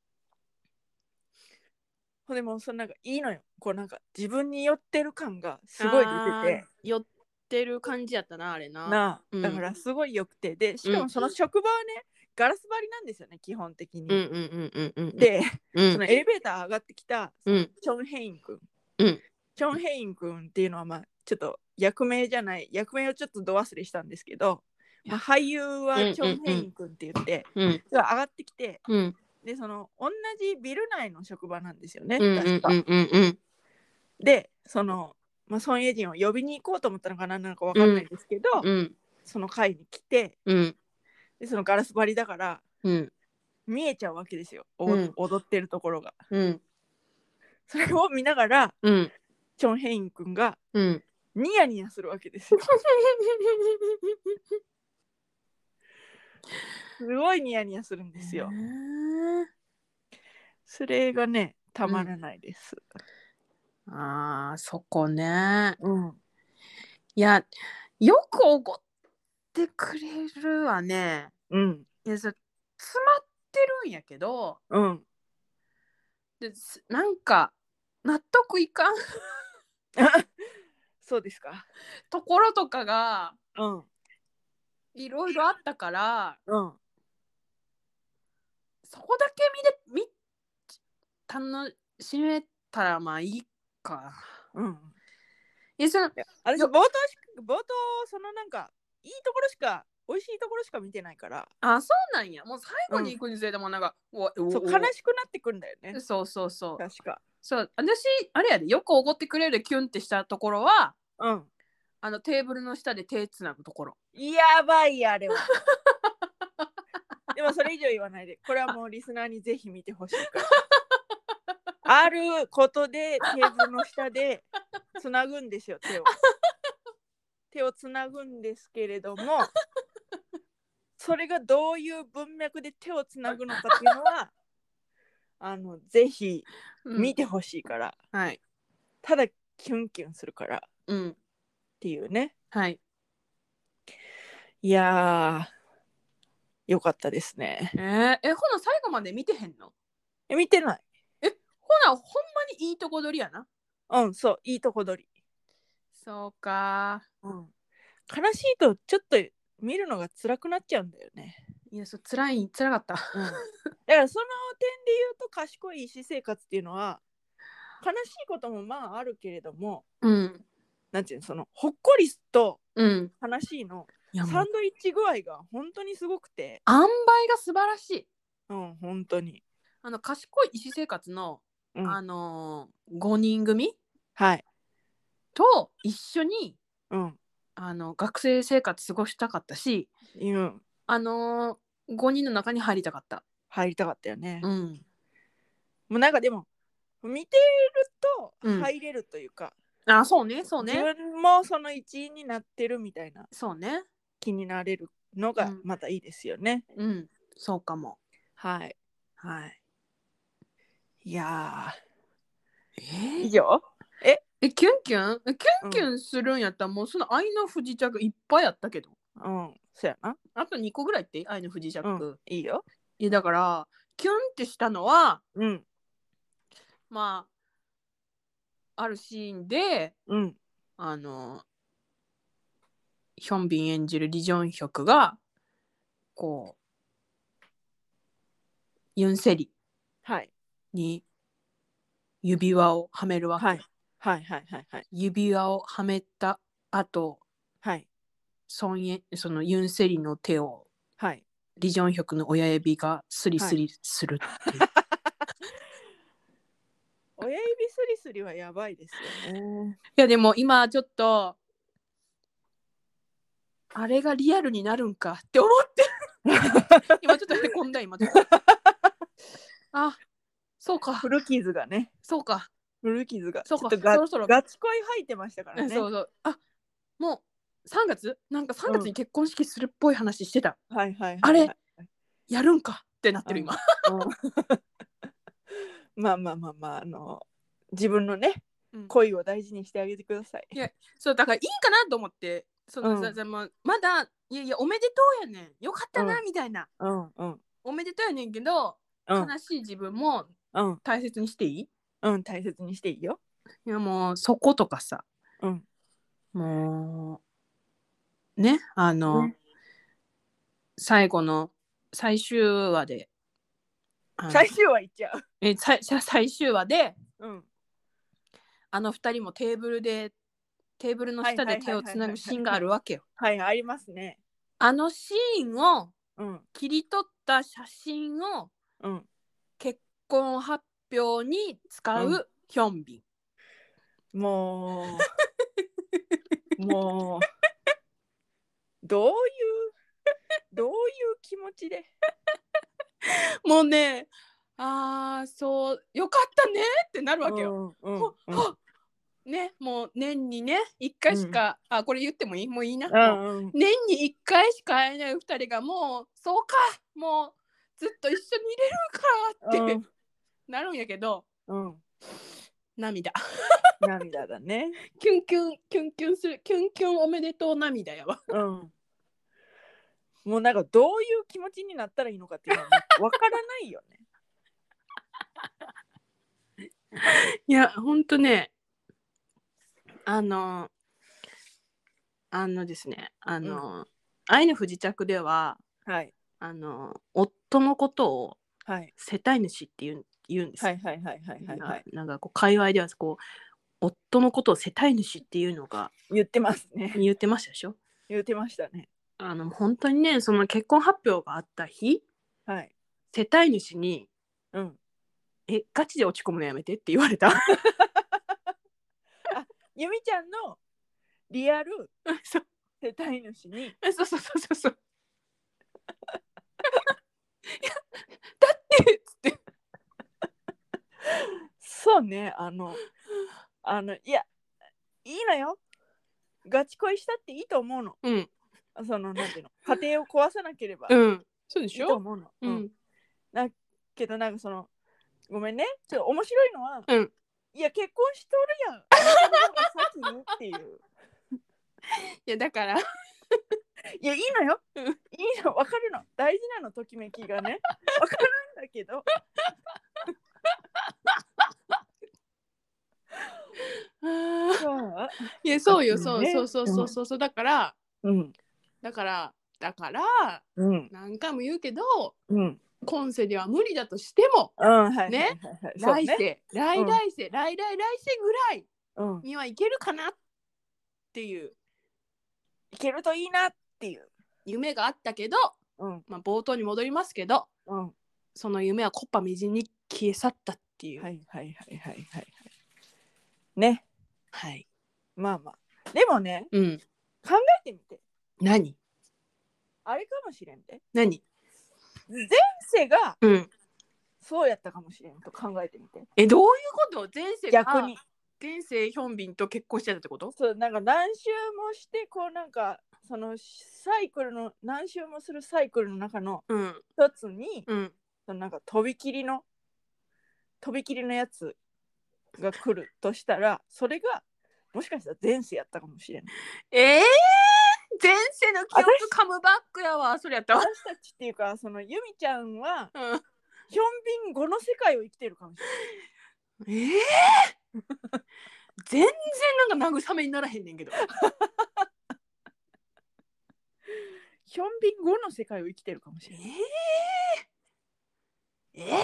A: ほんでもうそのなんかいいのよ、こうなんか自分に寄ってる感がすごい出てて、
B: 寄ってる感じやったなあれな。
A: なあ、だからすごいよくて、でしかもその職場はね、ガラス張りなんですよね基本的に。で、うん、そのエレベーター上がってきたそのチョン・ヘイン君、うん、チョン・ヘイン君っていうのはまあちょっと役名じゃない、役名をちょっとど忘れしたんですけど、 まあ、俳優は
B: うん
A: チョン・ヘイン君って言って、
B: うん
A: 上がってきて、
B: うん
A: でその同じビル内の職場なんですよね、
B: うん
A: 確か。
B: うんうんうん
A: でその、まあ、孫エジンを呼びに行こうと思ったのか何なのか分かんないんですけど、
B: うん
A: その会に来て、
B: うん
A: でそのガラス張りだから
B: うん
A: 見えちゃうわけですよ、お
B: うん
A: 踊ってるところが。
B: うん
A: それを見ながら
B: うん
A: チョン・ヘイン君が
B: うん
A: ニヤニヤするわけですよ。すごいニヤニヤするんですよ。それがねたまらないです。
B: あーそこね。
A: うん。
B: いやよくおごってくれるわね。
A: うん。
B: いやそれ詰まってるんやけど、
A: うん。
B: ですなんか納得いかん
A: そうですか。
B: ところとかが
A: うん。
B: いろいろあったから、
A: うん。
B: そこだけ見で見楽しめたらまあいいか。
A: うん。
B: いやその
A: いや私冒頭し冒頭そのなんかいいところしか美味しいところしか見てないから。
B: あ、そうなんや。もう最後に行くにつれてもなんか、
A: うん、そう悲しくなってくるんだよね。
B: そうそうそう。
A: 確か。
B: そう私あれやでよくおごってくれるキュンってしたところは、
A: うん。
B: あのテーブルの下で手つなぐところ。
A: やばいあれは。でもそれ以上言わないで。これはもうリスナーにぜひ見てほしいから。あることでテーブルの下でつなぐんですよ、手を。手をつなぐんですけれども、それがどういう文脈で手をつなぐのかっていうのはあのぜひ見てほしいから、
B: うん、はい、
A: ただキュンキュンするから、
B: うん、
A: っていうね。
B: はい。
A: いやーよかったですね。
B: えー、えほな最後まで見てへんの？
A: え見てない。
B: えほなほんまにいいとこ取りやな。
A: うんそういいとこ取り。
B: そうか、
A: うん、悲しいとちょっと見るのが辛くなっちゃうんだよね。
B: いやそ辛い辛かった、
A: うん、だからその点で言うと賢い私生活っていうのは悲しいこともまああるけれども、
B: うん、
A: なんていうのそのほっこりと
B: うん
A: 悲しいの
B: いや
A: サンドイッチ具合が本当にすごくて、
B: 塩梅が素晴らしい。
A: うん本当に
B: あの賢い医師生活の、
A: うん、
B: あのー、ごにん組
A: はい
B: と一緒に、
A: うん、
B: あの学生生活過ごしたかったし、
A: うん、
B: あのー、ごにんの中に入りたかった。
A: 入りたかったよね。
B: うん、
A: もうなんかでも見てると入れるというか、
B: うん、あそうねそうね
A: 自分もその一員になってるみたいな、
B: そうね
A: 気になれるのがまたいいですよね。
B: うん、うん、そうかも。
A: はい
B: はい。
A: いや
B: えー、
A: 以上え
B: えキュンキュンえキュンキュンするんやったら、もうその愛の不時着いっぱいあったけど、
A: うんそうやな、
B: あとにこぐらいって愛の不時着、
A: うん、いいよ。
B: いやだからキュンってしたのは、
A: うん、
B: まああるシーンで、
A: うん、
B: あのヒョンビン演じるリジョンヒョクがこうユンセリに指輪をはめるわけ、
A: はい、はいはいはいはい
B: 指輪をはめた後、
A: はい、
B: ソンエそのユンセリの手を、
A: はい、
B: リジョンヒョクの親指がスリスリするっていう、はい、
A: 親指スリスリはやばいですよね。
B: いやでも今ちょっとあれがリアルになるんかって思って今ちょっとへこんだ今ちょっとあそうか
A: 古傷がね、
B: そうか
A: 古傷が
B: そうか
A: ちょっとガ
B: そろそろ
A: ガチ恋吐いてましたからね。
B: そうそうあもうさんがつなんかさんがつに結婚式するっぽい話してた、
A: うん、はいはいはい、はい、
B: あれやるんかってなってる今、
A: うんうん、まあまあまあまああの自分のね、うん、恋を大事にしてあげてください。
B: いやそうだからいいかなと思ってその、うん、まだいやいやおめでとうやねんよかったな、うん、みたいな、
A: うんうん、
B: おめでとうやねんけど、うん、悲しい自分も大切にしていい？
A: うん、うん、大切にしていいよ。
B: いやもうそことかさ、
A: うん、
B: もうねあの、ね、最後の最終話で
A: 最終話いっちゃう
B: え最最終話で、
A: うん、
B: あの二人もテーブルでテーブルの下で手をつなぐシーンがあるわけよ。
A: はい、ありますね。
B: あのシーンを
A: うん
B: 切り取った写真を
A: うん
B: 結婚発表に使
A: うん
B: うヒョンビン。
A: もうもうどういうどういう気持ちで。
B: もうね、あーそうよかったねってなるわけよ。
A: うんうん
B: ほ
A: うん
B: ほね、もう年にねいっかいしか、あこれ言ってもいいもういいな、
A: う
B: もうん
A: うん
B: 年にいっかいしか会えないふたりがもうそうかもうずっと一緒にいれるからって、
A: うん
B: なるんやけど
A: うん
B: 涙
A: 涙だね。
B: キュンキュンキュンキュンするキュンキュンおめでとう涙やわ。
A: うんもうなんかどういう気持ちになったらいいのかっていうのはわからないよね。
B: いやほんとねあのあのですねあの、うん、愛の不時着では、
A: はい、
B: あの夫のことを世帯主って言う、言うんですよ。
A: はいはいはいはいはいはい。
B: な、なんかこう界隈ではこう夫のことを世帯主っていうのが
A: 言ってますね。
B: 言ってましたでしょ。
A: 言ってましたね。
B: あの本当にねその結婚発表があった日、
A: はい、
B: 世帯主に、
A: うん、
B: えガチで落ち込むのやめてって言われた。あ
A: ゆみちゃんのリアル
B: そう
A: 世帯主に
B: そうそうそうそうそういやだってっつって
A: そうねあのあのいやいいのよガチ恋したっていいと思うの。
B: うん
A: そのなんていうの家庭を壊さなければ
B: うんそうでしょ
A: いいと思うの。
B: うん、
A: だけどなんかそのごめんねちょっと面白いのは、
B: うん、
A: いや結婚しとるやんあなたの方が先にっていう
B: いやだから
A: いやいいのよ、
B: うん、
A: いいの分かるの大事なのときめきがね分かるんだけど
B: いやそうよそうそうそうそうそうそうだから、
A: うん、
B: だからだから、
A: うん、
B: 何回も言うけど、
A: うん、
B: 今世では無理だとしても、
A: うんはい
B: ね、
A: はいはいはい、
B: 来世、ね、来来世、うん、来来来世ぐらいにはいけるかなっていう、うん、
A: いけるといいなっていう
B: 夢があったけど、
A: うん
B: まあ、冒頭に戻りますけど、
A: うん、
B: その夢は木っ端みじんに消え去ったっていう。
A: はいはいはいはいはいね。
B: はい。
A: まあまあでもね、
B: うん、
A: 考えてみて。
B: 何
A: あれかもしれんで。
B: 何
A: 前世が、
B: うん、
A: そうやったかもしれんと考えてみて。
B: えどういうこと前世が
A: 逆に
B: 前世ヒョンビンと結婚してたってこと？
A: そうなんか何周もしてこうなんかそのサイクルの何周もするサイクルの中の一つに、
B: うん、
A: そのなんかとびきりのとびきりのやつが来るとしたらそれがもしかしたら前世やったかもしれない。
B: えー、前世の記憶カムバックやわそれやったわ。
A: 私たちっていうかそのユミちゃんは、
B: うん、
A: ヒョンビン後の世界を生きてるかもしれない。
B: えー、全然なんか慰めにならへんねんけど。
A: ヒョンビン後の世界を生きてるかもしれない。
B: えー、えー、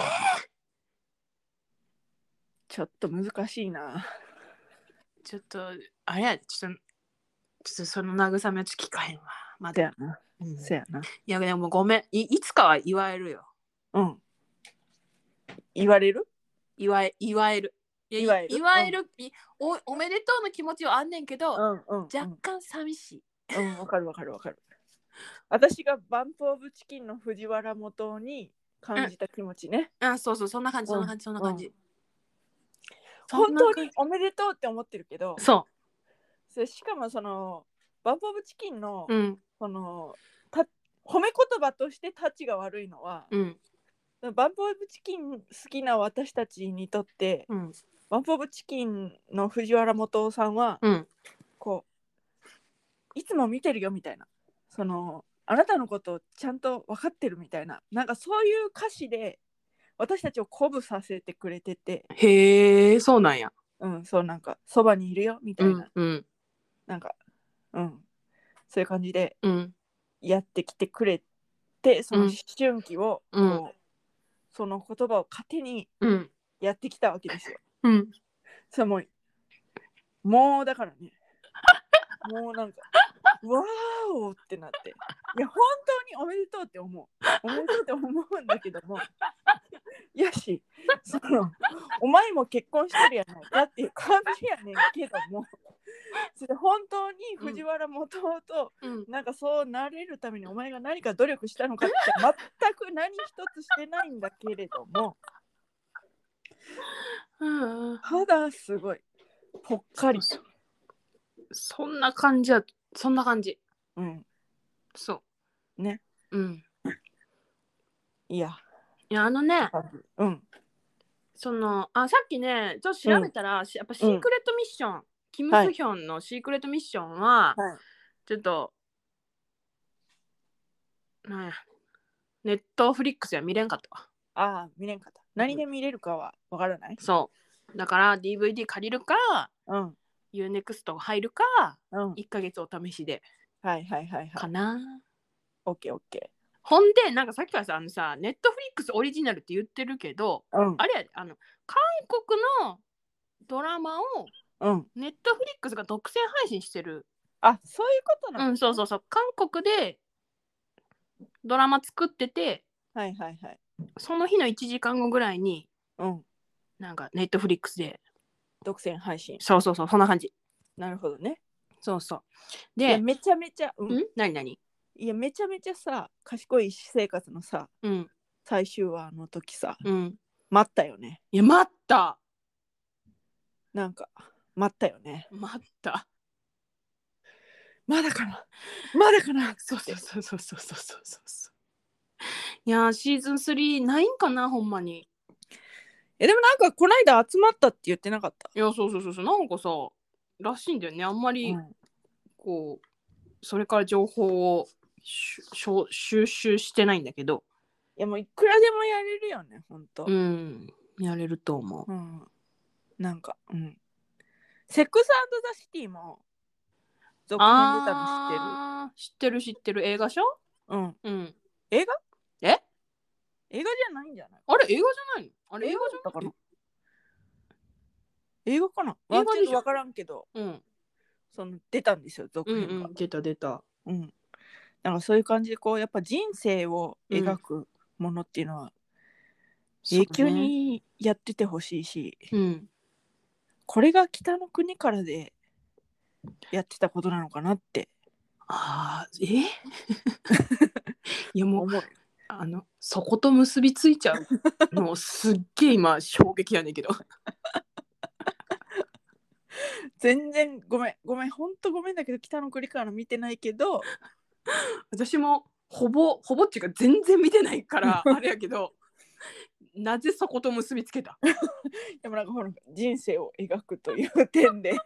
A: ちょっと難しいな。
B: ちょっとあれやちょっとちょっとその慰めはちょっと聞かへんわ。ま
A: だやな。
B: うん、
A: せやな。
B: いやでもごめん い, いつかは言われるよ。
A: うん。言われる？
B: 言わえ言われる。いや言われる、うん、お, おめでとうの気持ちはあんねんけど、
A: うんうんうん、
B: 若干寂しい。
A: うんわかるわかるわかる。私がバンプオブチキンの藤原元に感じた気持ちね。
B: うん、あそうそうそんな感じそんな感じ、うん、そんな感じ。
A: 本当におめでとうって思ってるけど。
B: そう。
A: それしかもそのバンプオブチキンの、
B: うん、
A: そのた褒め言葉としてタチが悪いのは、
B: うん、
A: バンプオブチキン好きな私たちにとって、
B: うん、
A: バンプオブチキンの藤原元さんは、
B: うん、
A: こういつも見てるよみたいな、そのあなたのことをちゃんと分かってるみたいな、なんかそういう歌詞で私たちを鼓舞させてくれてて、
B: へえそうなんや。
A: うん、そうなんかそばにいるよみたいな、
B: うんうん、
A: なんかうんそういう感じで
B: や
A: ってきてくれて、うん、その思春期をこう、うん、その言葉を糧にやってきたわけですよ。
B: うん、
A: それもうもうだからねもうなんかわーおってなって、いや本当におめでとうって思うおめでとうって思うんだけども、やしそのお前も結婚してるやないかっていう感じやねんけども、それ本当に藤原もともとなんかそうなれるためにお前が何か努力したのかって全く何一つしてないんだけれども、
B: うん、
A: ただすごいぽっかり、
B: そうそうそんな感じや、そんな感じ。
A: うん、
B: そう
A: ね、
B: うん。
A: いや
B: いやあのね、
A: うん、
B: そのあさっきねちょっと調べたら、しやっぱシークレットミッション、キム・スヒョンのシークレットミッションは、
A: はい、
B: ちょっとなんやネットフリックスや見れんかったわ。
A: ああ見れんかった。何で見れるかはわからない。
B: そうだから ディーブイディー 借りるか、
A: うん、
B: ユーネクスト 入るか、
A: うん、
B: いっかげつお試しで
A: はいはいはいはい。
B: かな。
A: オッケーオッケ
B: ほんでなんかさっきからさあのさネットフリックスオリジナルって言ってるけど、
A: ー。うん、
B: あれやで、あの韓国のドラマを
A: うん、
B: ネットフリックスが独占配信してる。
A: あ、そういうことなの。
B: うんそうそうそう、韓国でドラマ作ってて、
A: はいはいはい。
B: その日のいちじかんごぐらいに
A: うん、
B: なんかネットフリックスで、
A: 独占配信。
B: そうそうそうそんな感じ。
A: なるほどね。
B: そうそう
A: いや
B: で、
A: めちゃめちゃ、うん、
B: ん何何
A: いやめちゃめちゃさ、賢い私生活のさ、
B: うん
A: 最終話の時さ、
B: うん
A: 待ったよね。
B: いや待った
A: なんか待ったよね。
B: 待った
A: まだかな、まだかな。
B: そうそうそうそうそうそうそうそういやーシーズンスリーないんかなほんまに。
A: えでもなんかこないだ集まったって言ってなかった。
B: いやそうそうそうそうなんかさらしいんだよね、あんまり、
A: うん、
B: こうそれから情報をしょ収集してないんだけど、
A: いやもういくらでもやれるよねほんと。
B: うんやれると思う。
A: うん、なんか、うん、セックス&ザ・シティも続編出たの知ってる？
B: あー知ってる知ってる、映画賞。
A: うん。
B: うん
A: 映画？
B: え
A: 映画じゃないんじゃない？
B: あれ映画じゃないの？あれ映
A: 映
B: 画じゃない
A: 画だったかな？映画かな？
B: 映画でしょ
A: まあちょっとわからんけど、
B: うん
A: その出たんですよ
B: う
A: 続編が。
B: んうん出た出た。
A: うん。なんかそういう感じでこうやっぱ人生を描くものっていうのは永久
B: そうね
A: にやっててほしいし、
B: うん
A: これが北の国からでやってたことなのかなって
B: あーえいやもう
A: 思う。
B: あのそこと結びついちゃうのすっげえ今衝撃やねんけど
A: 全然ごめんごめんほんとごめんだけど北の国から見てないけど
B: 私もほぼほぼっていうか全然見てないからあれやけどなぜそこと結びつけた？
A: でもなんかほら人生を描くという点で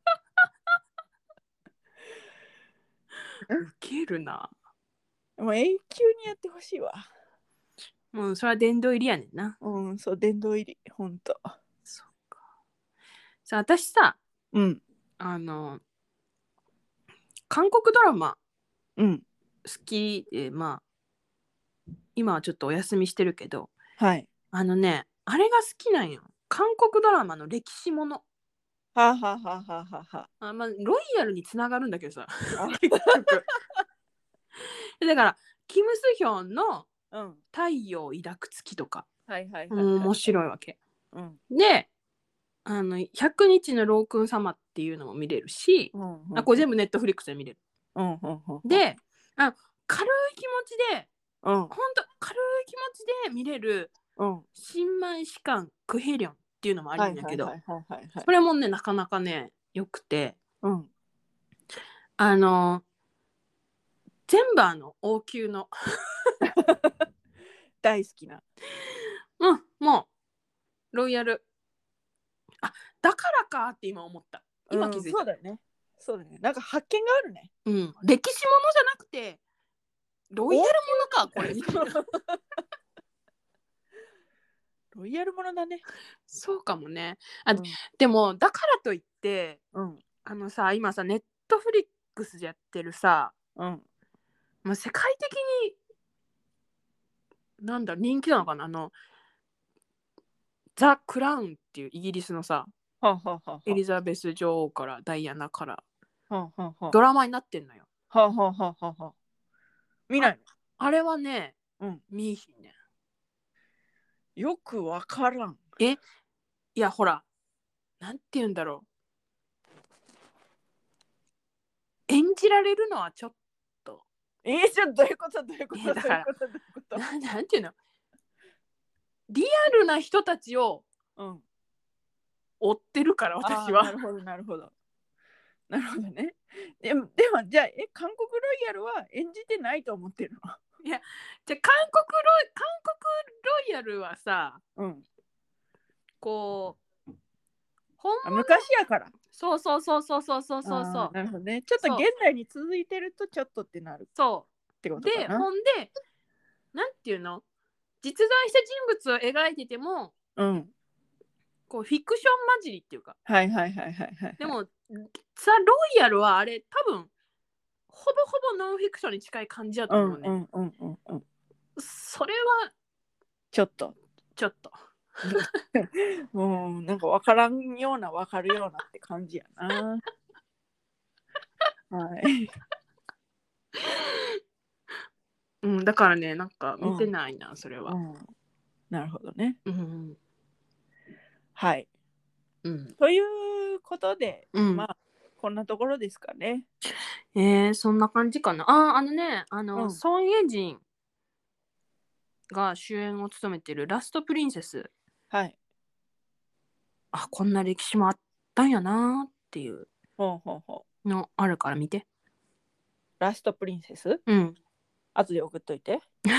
B: ウケるな。
A: もう永久にやってほしいわ。
B: もうそれは殿堂入りやねんな。
A: うんそう殿堂入りほんと。
B: そうか。さあ私さ
A: うん
B: あの韓国ドラマ
A: うん
B: 好きで、まあ今はちょっとお休みしてるけど、
A: はい
B: あのねあれが好きなんよ、韓国ドラマの歴史もの。
A: はあはあはあはあはあ。
B: あ、まあ、ロイヤルにつながるんだけどさ
A: あ
B: 結局だからキム・スヒョンの
A: うん
B: 太陽を抱く月とか
A: はいはいはい、
B: もう面白いわけ
A: うん
B: で、あのひゃくにちのロークン様っていうのも見れるし、
A: うんうん、
B: あこれ全部ネットフリックスで見れる。
A: うんうんうんうん、
B: であ軽い気持ちで
A: うん
B: ほんと軽い気持ちで見れる
A: うん
B: 新米士官クヘリョンっていうのもあるんだけど、
A: はいはいはいはいはい、
B: これもねなかなかねよくて、
A: うん
B: あの全部あの王宮の
A: 大好きな、
B: うんもうロイヤル、あだからかって今思った、今気づいた、
A: うん、そうだよねそうだね、なんか発見があるね。
B: うん、歴史ものじゃなくてロイヤルものかこれみたいな
A: ロイヤルものだね。
B: そうかもね。あ、
A: うん、
B: でもだからといって
A: うん
B: あのさ今さネットフリックスでやってるさ、
A: うん
B: もう世界的になんだ人気なのかな、あのザ・クラウンっていうイギリスのさ
A: はあはあはあ
B: エリザベス女王からダイアナから
A: はあはあはあ、
B: ドラマになってんのよ。
A: はあはあはあはあ。見ない
B: あれはね、
A: の？うん。
B: 見いひんね。
A: よくわからん。
B: え、いやほら、なんて言うんだろう。演じられるのはちょっと。
A: えー、ちょっとどういうことどういうこと
B: えだから
A: どういうことどういうこと
B: な、なんていうの、リアルな人たちを
A: うん。
B: 追ってるから
A: ああ、
B: 私は。
A: なるほどなるほど。なるほどね。でも、でもじゃあ、え、韓国ロイヤルは演じてないと思ってるの？
B: いや、じゃあ韓国ロイ韓国ロイヤルはさ、
A: うん。
B: こう本
A: あ、
B: 物、
A: 昔やから。
B: そうそうそうそうそうそうそうそ
A: ああ、
B: う
A: なるほどね。ちょっと
B: そう
A: 現代に続いてるとちょっとってなる
B: そ
A: ってこ
B: う
A: とかな。
B: で、ほんで、なんていうの、実在した人物を描いてても、
A: うん。
B: こうフィクション混じりっていうか、
A: はいはいはいはいはい。
B: でもザ・ロイヤルはあれ多分ほぼほぼノンフィクションに近い感じだと
A: う
B: 思うね。
A: んうんうんうんうん。
B: それは
A: ちょっと。
B: ちょっと。
A: もうなんか分からんような分かるようなって感じやな。はい。
B: うん、だからね、なんか見て
A: うん。
B: ないな、それは。
A: うん。なるほどね。
B: うん。
A: はい。
B: うん。
A: ということで、
B: うん。
A: まあこんなところですかね。
B: えー、そんな感じかな。あ、あのね、あの、
A: うん。
B: ソン・イェジンが主演を務めてるラストプリンセス。
A: はい。
B: あ、こんな歴史もあったんやなっていう
A: ほうほうほう。
B: のあるから見て。
A: ラストプリンセス
B: うん。
A: 後で送っといて。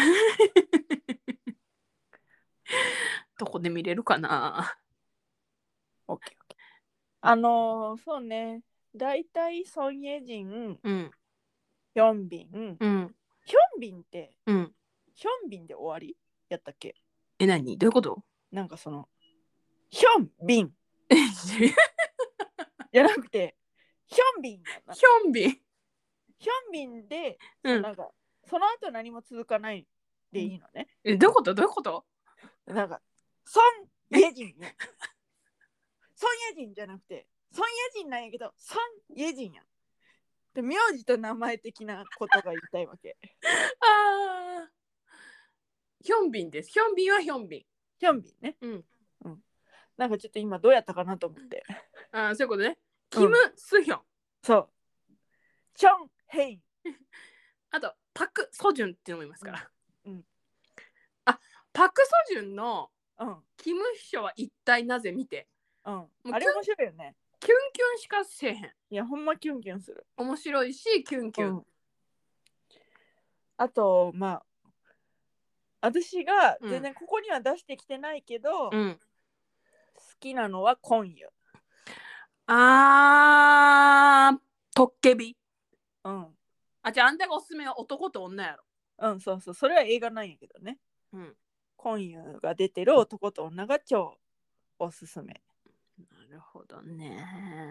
B: どこで見れるかな。
A: オッケーオッケー。あのー、そうね。だいたいソン・イェジン、
B: うん。
A: ヒョンビン。
B: うん。
A: ヒョンビンって、
B: うん。
A: ヒョンビンで終わりやったっけ？
B: え、何どういうこと？
A: なんかその、ヒョンビン
B: ヒ
A: じゃなくて、ヒョンビンやな。
B: ョンビン。
A: ヒョンビンで、
B: うん。
A: そのなんか、その後何も続かないでいいのね。
B: え、どういうことどういうこと？
A: なんか、ソン・イェジンや。ソン・イェジンじゃなくて、ソン・イェジンなんやけど、ソン・イェジンや。で、名字と名前的なことが言いたいわけ。
B: ああ。ヒョンビンです。ヒョンビンはヒョンビン。
A: ヒョンビンね。
B: うん。
A: うん。なんかちょっと今どうやったかなと思って。
B: ああ、そういうことね。キム・
A: うん
B: スヒョン。
A: そう。チョン・ヘイン。
B: あと、パク・ソジュンっていうのもいますから。
A: うん。
B: あ、パク・ソジュンの
A: うん。
B: キム秘書は一体なぜ見て。
A: うん。
B: もう
A: あれ面白いよね。
B: キュンキュンしかせえへん。
A: いや、ほんまキュンキュンする。
B: 面白いし、キュンキュン。
A: うん。あと、まあ、私が
B: うん
A: 全然ここには出してきてないけど、好
B: うん。
A: きなのはコンユ。
B: あー、トッケビ。
A: うん。
B: あ、じゃああんたがおすすめは男と女やろ。
A: うん、そうそう。それは映画なんやけどね。
B: うん。
A: コンユが出てる男と女が超おすすめ。
B: なるほどね。い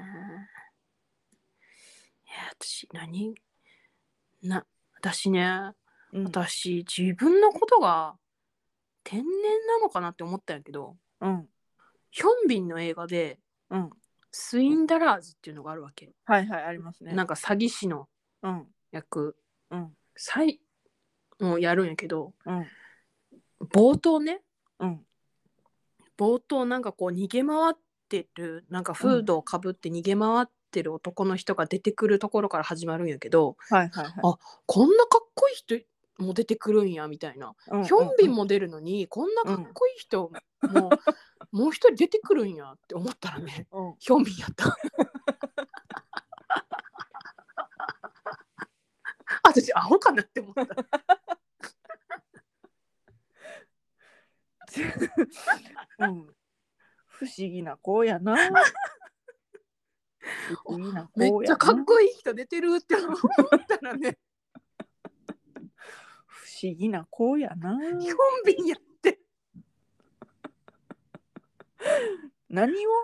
B: や、私、何な、私ね、
A: うん。
B: 私、自分のことが天然なのかなって思ったんやけど、
A: うん。
B: ヒョンビンの映画で、
A: うん。
B: スインダラーズっていうのがあるわけ。
A: はいはい、ありますね。
B: なんか詐欺師の
A: うん。
B: 役、
A: うん。
B: 最をやるんやけど、
A: うん。
B: 冒頭ね、
A: うん。
B: 冒頭なんかこう逃げ回ってる、なんかフードをかぶって逃げ回ってる男の人が出てくるところから始まるんやけど、
A: はいはいはい。
B: あ、こんなかっこいい人も出てくるんやみたいな、
A: うんうんうん、
B: ヒョンビンも出るのにこんなかっこいい人も、うん、もう一人出てくるんやって思ったらね、
A: うん、
B: ヒョンビンやった私アホかなって思った
A: うん、不思議な子やな。不思議な子やな。
B: めっちゃかっこいい人出てるって思ったらね
A: 不思議な子やな。
B: ヒョンビンやって
A: 何を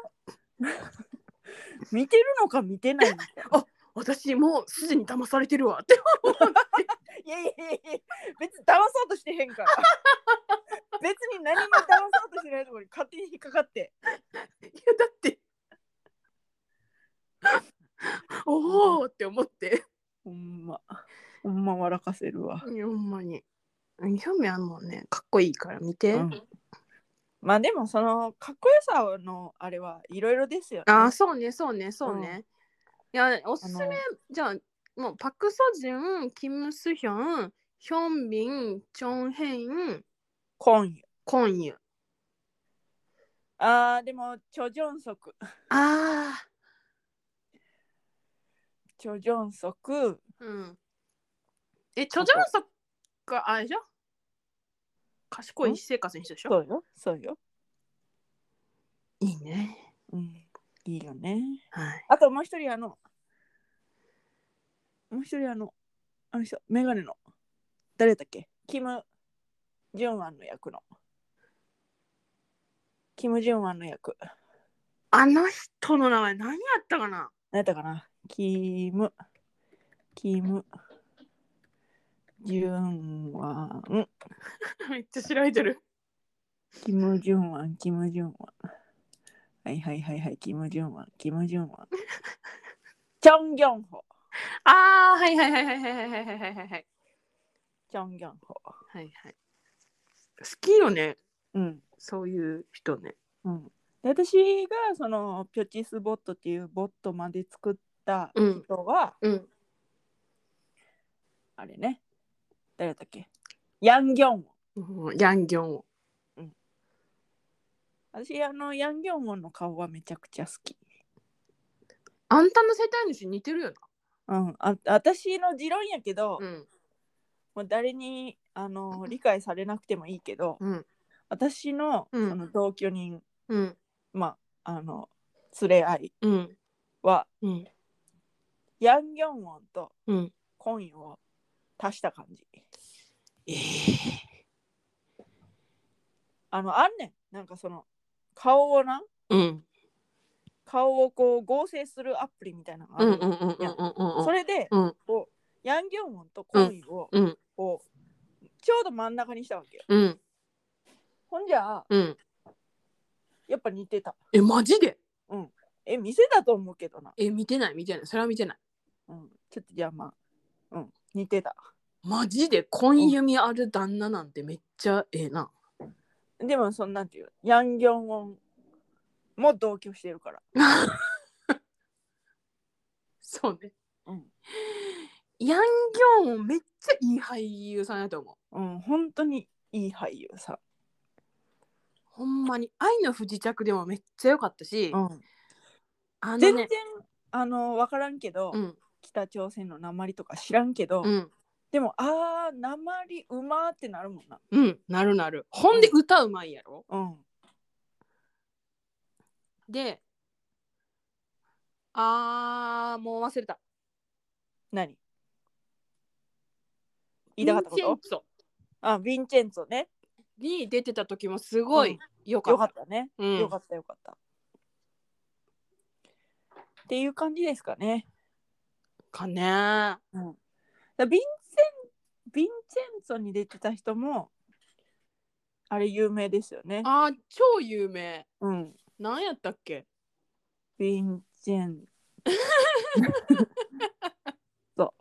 A: 見てるのか見てないのか。
B: あ、私もうすでに騙されてるわって思って
A: いやいやいや、別に騙そうとしてへんから。別に何も騙そうとしてないところに勝手に引っかかって。
B: いやだっておおって思って、
A: ほんまほんま笑かせるわ。
B: ほんまに。ヒョンビンあんもんね。かっこいいから見て。
A: うん、まあでもそのかっこよさのあれはいろいろですよね。
B: ああ、そうね、そうね、そうね。うん、いや、おすすめ、じゃあ、もうパク・ソジュン、キム・スヒョン、ヒョンビン、チョン・ヘイン、
A: コンユ。
B: コンユ。
A: あー、でも、チョ・ジョンソク。
B: ああ。
A: チョ・ジョンソク。
B: うん。え、チョ・ジョンソクがあれじゃ賢い私生活にしてでしょ。
A: そうよ、そうよ。
B: いいね。
A: うん、いいよね。
B: はい。
A: あともう一人、あの、もう一人、あの、あの人、メガネの、誰だっけ、キム・ジュンワンの役の。キム・ジュンワンの役。
B: あの人の名前何やったかな。
A: 何やったかな。キム、キム、ジュンワン。
B: めっちゃ調べてる。
A: キム・ジュンワン、キム・ジュンワン。はいはいはいはい、キム・ジュンワン、キム・ジュンワン。チョン・ギョンホ。
B: ああ、はいはいはいはいはいはいはいはいはい。
A: チョン・ギョンホ。
B: はいはい。好きよね。
A: うん。
B: そういう人ね。
A: うん。で私がそのピョチスボットっていうボットまで作った人は、
B: うん。
A: あれね、誰だっけ、ヤン・ギョンウォン。
B: うん、ヤンギョン。
A: うん。私あのヤン・ギョンウォンの顔はめちゃくちゃ好き。
B: あんたの世帯主似てるよ
A: うん。あ、私の持論やけど、
B: な。うん。
A: もう誰にあの理解されなくてもいいけど、
B: うん。
A: 私の
B: うん
A: その同居人、
B: うん。
A: まああの連れ合い
B: うん。
A: は、
B: うん。
A: ヤン・ギョンウォンと
B: うん。
A: コンユを足した感じ。
B: ええ
A: あのあんねん、なんかその顔をな、
B: ー。うん。
A: 顔をこう合成するアプリみたいなのがある
B: うんうんうんうん
A: やん。
B: うんうん。
A: それで、
B: うん。
A: こうヤン・ギョンウォンとコンユを
B: うん。
A: こうちょうど真ん中にしたわけよ。
B: うん。
A: ほんじゃあ、
B: うん。
A: やっぱ似てた。
B: え、マジで。
A: うん。え、見せたと思うけどな。
B: え、見てない見てない。それは見てない。
A: うん。ちょっとじゃあまあ、うん。似てた。
B: マジで婚弓ある旦那なんてめっちゃええな。
A: でもそんなんていう、ヤン・ギョンウォンも同居してるから。
B: そうね。
A: うん。
B: ヤンギョンめっちゃいい俳優さんやと思う。
A: うん、本当にいい俳優さん。
B: ほんまに愛の不時着でもめっちゃ良かったし、
A: うん。
B: あのね、
A: 全然あの分からんけど、
B: うん
A: 北朝鮮の訛りとか知らんけど、
B: うん、
A: でもあー訛りうまーってなるもんな。
B: うん、なるなる。ほんで歌うまいやろ。
A: うん。
B: で、あーもう忘れた。
A: 何言い
B: ヴィン
A: たかったこと？
B: チェンツォ
A: あ、ヴィンチェンツォね。
B: に出てた時もすごい良か
A: よ
B: った。
A: かったね。
B: うん
A: よかったよかった。っていう感じですかね。
B: かね。
A: うん。だヴィンセン、ヴィンチェンツォに出てた人も、あれ有名ですよね。
B: あー超有名。
A: うん。
B: 何やったっけ？
A: ヴィンチェンツォ。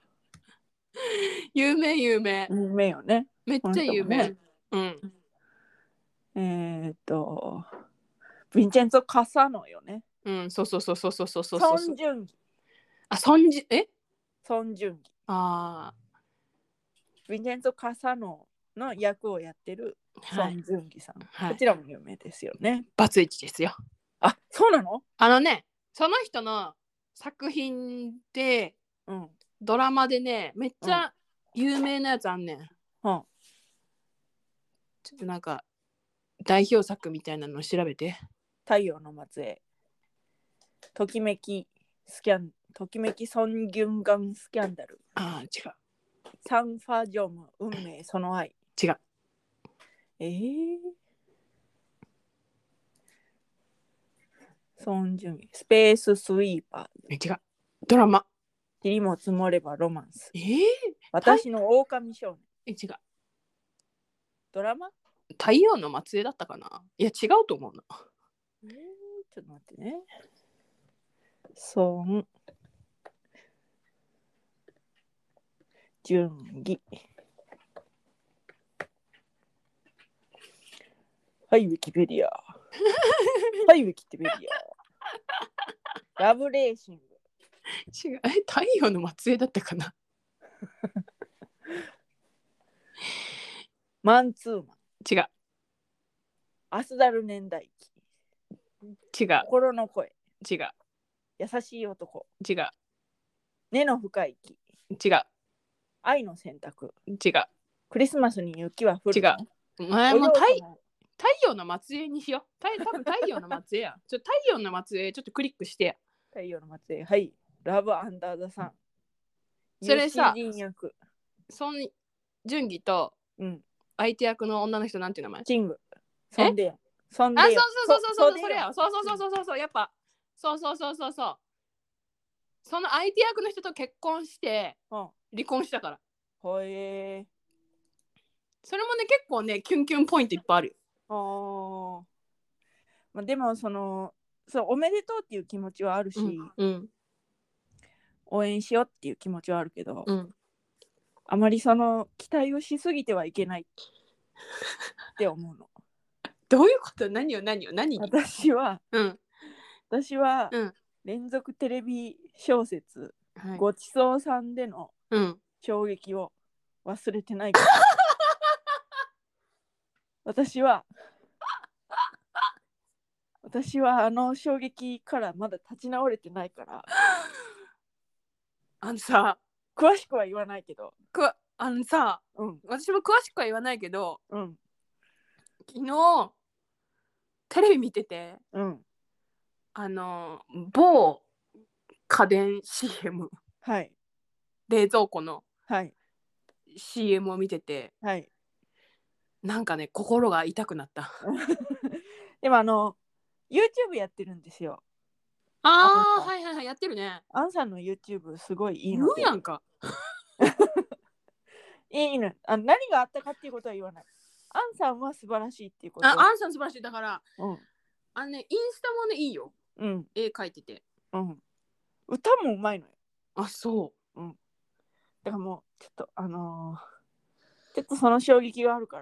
B: 有名有名。
A: 有名よね。
B: めっちゃ有名。
A: ね、
B: うん。
A: えー、っと、ヴィンチェンツォ・カサノよね。
B: うん、そうそうそうそうそうそうそう
A: ソ
B: そう。
A: ン・ジュンギ。
B: あ、ソンジえ？
A: ソン・ジュンギ。
B: あ
A: ヴィンチェンツォ・カサノの役をやってる
B: あ、はい
A: ソン・ジュンギさん。
B: はい。
A: こちらも有名ですよね。
B: バツイチですよ。
A: あ、そうなの？
B: あのね、その人の作品で、
A: うん。
B: ドラマでね、めっちゃ有名なやつあんねん。
A: うん。
B: ちょっとなんか、代表作みたいなのを調べて。
A: 太陽の末裔。ときめきスキャン、ときめきソン・ギュンガンスキャンダル。
B: ああ、違う。
A: サン・ファジョム、運命その愛。
B: 違う。
A: えー、ソン・ジュンギ。スペース・スイーパー。
B: え、違う。ドラマ。
A: 塵も積もればロマンス。
B: えー、
A: 私の狼少年。
B: え、違う。
A: ドラマ？
B: 太陽の末裔だったかな。いや、違うと思うな。
A: えー、ちょっと待ってね。ソン。 順義。はい、ウィキペディア。はい、ウィキペディア。ラブレーシング。
B: 違う。え、太陽の末裔だったかな。
A: マンツーマン。
B: 違う。
A: アスダル年代記。
B: 違う。
A: 心の声。
B: 違う。
A: 優しい男。
B: 違う。
A: 根の深い木。
B: 違う。
A: 愛の選択。
B: 違う。
A: クリスマスに雪は降る。
B: 違う。お前
A: お
B: も太
A: 嬢様
B: 太陽の末裔にしよう。太多分太陽の末裔や。ちょ太陽の末裔ちょっとクリックしてや。
A: 太陽の末裔。はい。ラブアンダーザサン。
B: それさ
A: ユーシー人役。
B: ソン・ジュンギと
A: うん。
B: 相手役の女の人なんていう名前？
A: チング。ソンデア。ソンデ
B: あ、
A: ア。
B: そうそうそうそうそう、それ
A: や。
B: や。そうそうそうそうそう、やっぱ。そうそうそうそうそう。その相手役の人と結婚して
A: うん。
B: 離婚したから。
A: ほえ
B: それもね、結構ね、キュンキュンポイントいっぱいあるよ。
A: ー。ああ。まあ、でもそのそうおめでとうっていう気持ちはあるし、
B: うんうん、
A: 応援しようっていう気持ちはあるけど、
B: うん、
A: あまりその期待をしすぎてはいけないって思うの。
B: どういうこと？何よ何よ何？
A: 私は、
B: うん、
A: 私は、
B: うん、
A: 連続テレビ小説、
B: はい、
A: ごちそうさんでの
B: うん
A: 衝撃を忘れてないから私は私はあの衝撃からまだ立ち直れてないから
B: あのさ、
A: 詳しくは言わないけど、
B: くあのさ、
A: うん、
B: 私も詳しくは言わないけど、
A: うん、
B: 昨日テレビ見てて、
A: うん、
B: あの某家電 シーエム、
A: はい、
B: 冷蔵庫の
A: はい、
B: シーエム を見てて、
A: はい。
B: なんかね、心が痛くなった。
A: でもあの YouTube やってるんですよ。
B: あー、はいはいはい、やってるね。
A: アンさんの YouTube すごいいい
B: 言
A: ので。
B: うやんか。
A: いいの。あの何があったかっていうことは言わない。アンさんは素晴らしいっていうこと。
B: あ、アンさん素晴らしい。だから、
A: うん、
B: あのね、インスタもね、いいよ。
A: うん、
B: 絵描いてて。
A: うん。歌もうまいのよ。
B: あ、そう。
A: うん。だからもうちょっとあのー、ちょっとその衝撃があるから。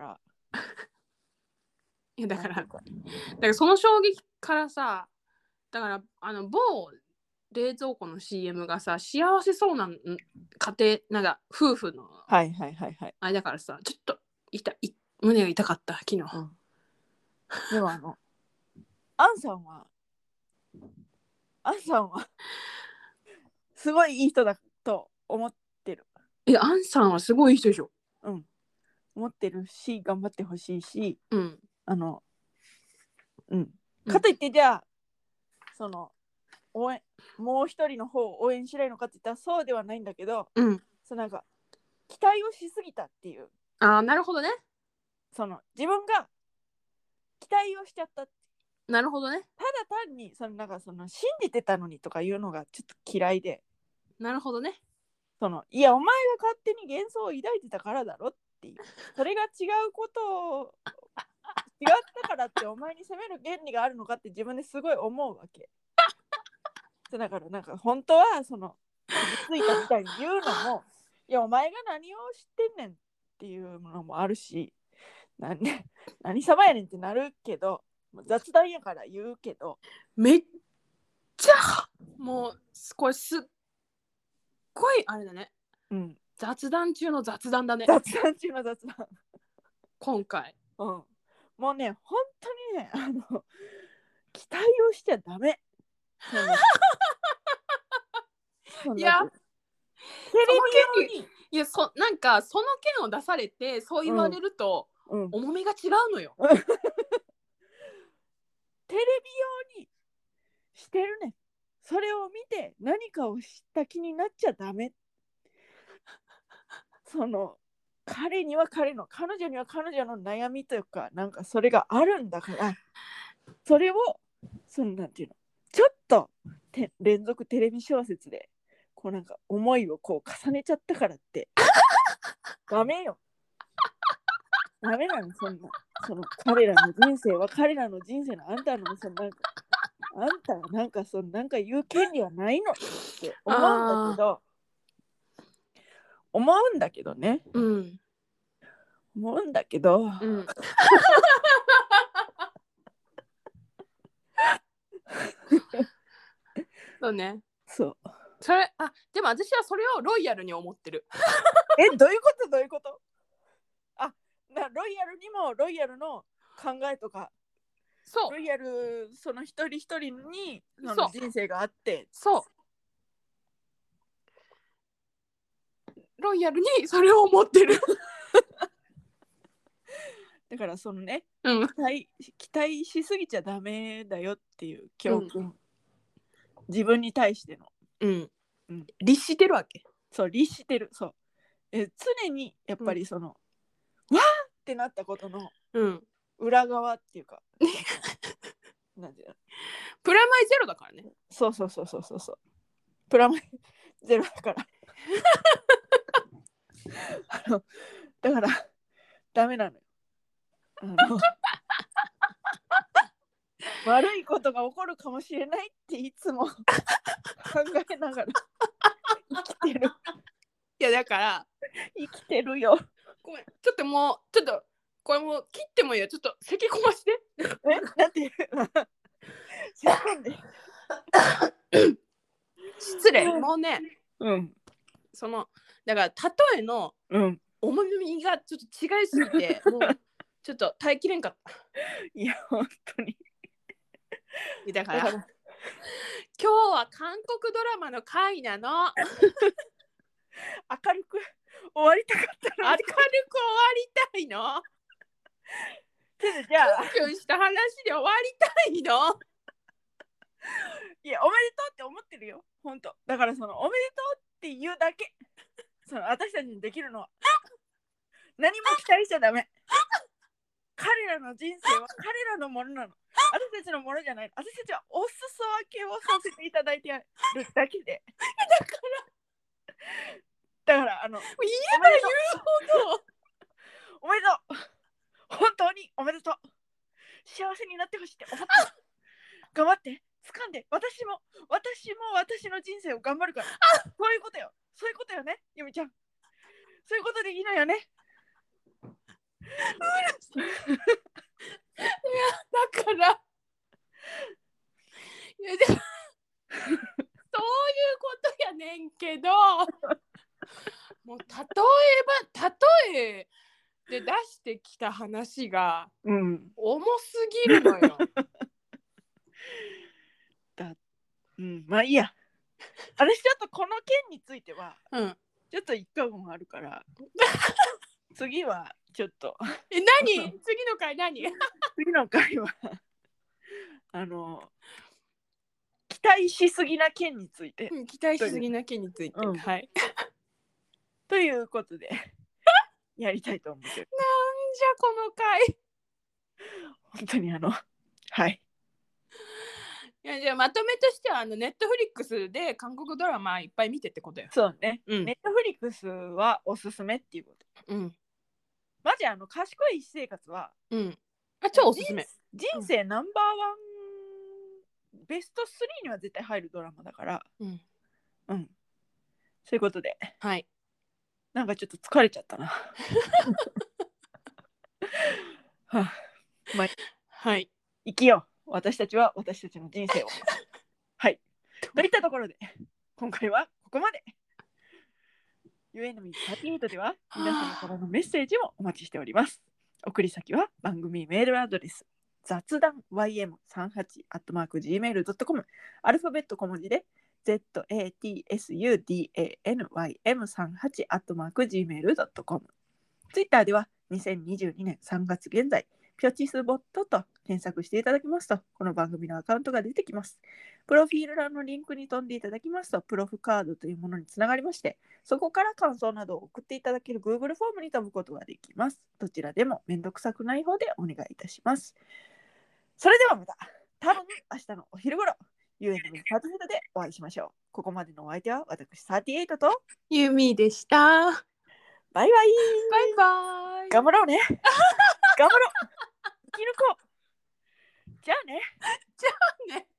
B: いやだから、だからその衝撃からさ、だからあの某冷蔵庫の シーエム がさ、幸せそうな家庭、なんか夫婦の
A: はいはいはいはい。
B: あれだからさ、ちょっと痛い胸が痛かった昨日。
A: うん、でもあのアンさんはアンさんはすごいいい人だと思ってる。
B: え、アンさんはすごいいい人でしょ。
A: うん。思ってるし頑張ってほしいし、
B: うん。
A: あのうんかといってじゃあ、うん、その応援もう一人の方を応援しないのかって言ったらそうではないんだけど、
B: うん、
A: そのなんか期待をしすぎたっていう。
B: ああ、なるほどね。
A: その自分が期待をしちゃった。
B: なるほどね。
A: ただ単にそのなんかその信じてたのにとかいうのがちょっと嫌いで。
B: なるほどね。
A: そのいやお前が勝手に幻想を抱いてたからだろっていう。それが違うことを違ったからってお前に責める権利があるのかって自分ですごい思うわけ。だからなんか本当はその傷ついたみたいに言うのもいやお前が何を知ってんねんっていうのもあるし、何何様やねんってなるけど、雑談やから言うけど、
B: めっちゃもうこれすっごいあれだね、
A: うん、
B: 雑談中の雑談だね、
A: 雑談中の雑談
B: 今回。
A: うん、もうね本当にね、あの期待をしちゃダメ。
B: いや
A: テレビ用に
B: いやそなんかその件を出されてそう言われると、うんうん、重みが違うのよ。
A: テレビ用にしてるね。それを見て何かを知った気になっちゃダメ。その彼には彼の彼女には彼女の悩みというかなんかそれがあるんだから、それをそのなんていうのちょっとて連続テレビ小説でこうなんか思いをこう重ねちゃったからってダメよ。ダメなのそんな。その彼らの人生は彼らの人生のあんたのそのなんかあんたはなんかそのなんか言う権利はないのって思うんだけど、 思うんだけどね。
B: うん
A: 思うんだけど、
B: うんそうね。
A: そう。
B: それあでも私はそれをロイヤルに思ってる。
A: え、どういうことどういうことあ、なロイヤルにもロイヤルの考えとか、
B: そう
A: ロイヤルその一人一人にそ
B: そう
A: の人生があって、
B: そうロイヤルにそれを思ってる。
A: だからそのね、
B: うん
A: 期待期待しすぎちゃダメだよっていう教訓、うん、自分に対しての、
B: うん
A: うん、
B: 律してるわけ。
A: そう律してる。そうえ常にやっぱりその、うん、わーってなったことの裏側っていうか、うん、なんていうの
B: プラマイゼロだからね。
A: そうそうそうそうそうそうプラマイゼロだからあのだからダメなのよ。あの悪いことが起こるかもしれないっていつも考えながら生きてる。
B: いやだから
A: 生きてるよ。
B: ごめんちょっともうちょっとこれもう切ってもいいよ。ちょっと咳込まして。
A: えなんて咳込んで
B: 失礼。もうね、
A: うん、
B: そのだから例えの
A: うん
B: 重みがちょっと違いすぎてもうちょっと耐えきれんかった。
A: いや本当に
B: だから今日は韓国ドラマの回なの。
A: 明るく終わりたかったの
B: 明
A: に
B: るく終わりたいの。
A: じゃあ
B: キュンキュンした話で終わりたいの。
A: いやおめでとうって思ってるよ本当。だからそのおめでとうっていうだけ、その私たちにできるのは何も期待しちゃダメ。彼らの人生は彼らのものなの。私たちのものじゃない。私たちはお裾分けをさせていただいてるだけで。
B: だから
A: だからあの
B: 言えば言うほど
A: おめでとう。本当におめでとう。幸せになってほしいって思って頑張って掴んで、私も私も私の人生を頑張るから。そういうことよ。そういうことよね、ゆみちゃん。そういうことでいいのよね。
B: いやだからいやでもそういうことやねんけどもう例えば例えで出してきた話が重すぎるのよ。
A: だうん、まあいいや。私ちょっとこの件については、うん、ちょっと一回もあるから次はちょっと
B: え何次の回何
A: 次の回はあの期待しすぎな件について、
B: うん、期待しすぎな件について、うん、はい
A: ということでやりたいと思ってる。なんじ
B: ゃこの回
A: 本当にあのはい
B: いやじゃあまとめとしてはあのネットフリックスで韓国ドラマいっぱい見てってことよ。
A: そうね、うん、ネットフリックスはおすすめっていうこと。うんマジあの賢い私生活は、うん、
B: あ超おすすめ。
A: 人生ナンバーワン、うん、ベストスリーには絶対入るドラマだから、うんうん、そういうことで、はい、なんかちょっと疲れちゃったな。はあ、まあ、はい、生きよう。私たちは私たちの人生を。はい。といったところで、今回はここまで。ユーエヌミーさんじゅうはち では皆様からのメッセージもお待ちしております。送り先は番組メールアドレス雑談 ワイエムさんじゅうはち アットマーク ジーメールドットコム アルファベット小文字で ゼット エー ティー エス ユー ディー エー エヌ ワイ エム さんじゅうはち アットマーク ジーメールドットコム ツイッターではにせんにじゅうにねんさんがつ現在ピョチスボットと検索していただきますとこの番組のアカウントが出てきます。プロフィール欄のリンクに飛んでいただきますとプロフカードというものにつながりましてそこから感想などを送っていただける Google フォームに飛ぶことができます。どちらでもめんどくさくない方でお願いいたします。それではまた多分明日のお昼頃 ユーエヌミー サーティエイトでお会いしましょう。ここまでのお相手は私サーティエイトと
B: ユミでした。
A: バイバイ。
B: バイバイ。
A: 頑張ろうね。頑張ろう。生き抜こう。じゃあね。
B: じゃあね。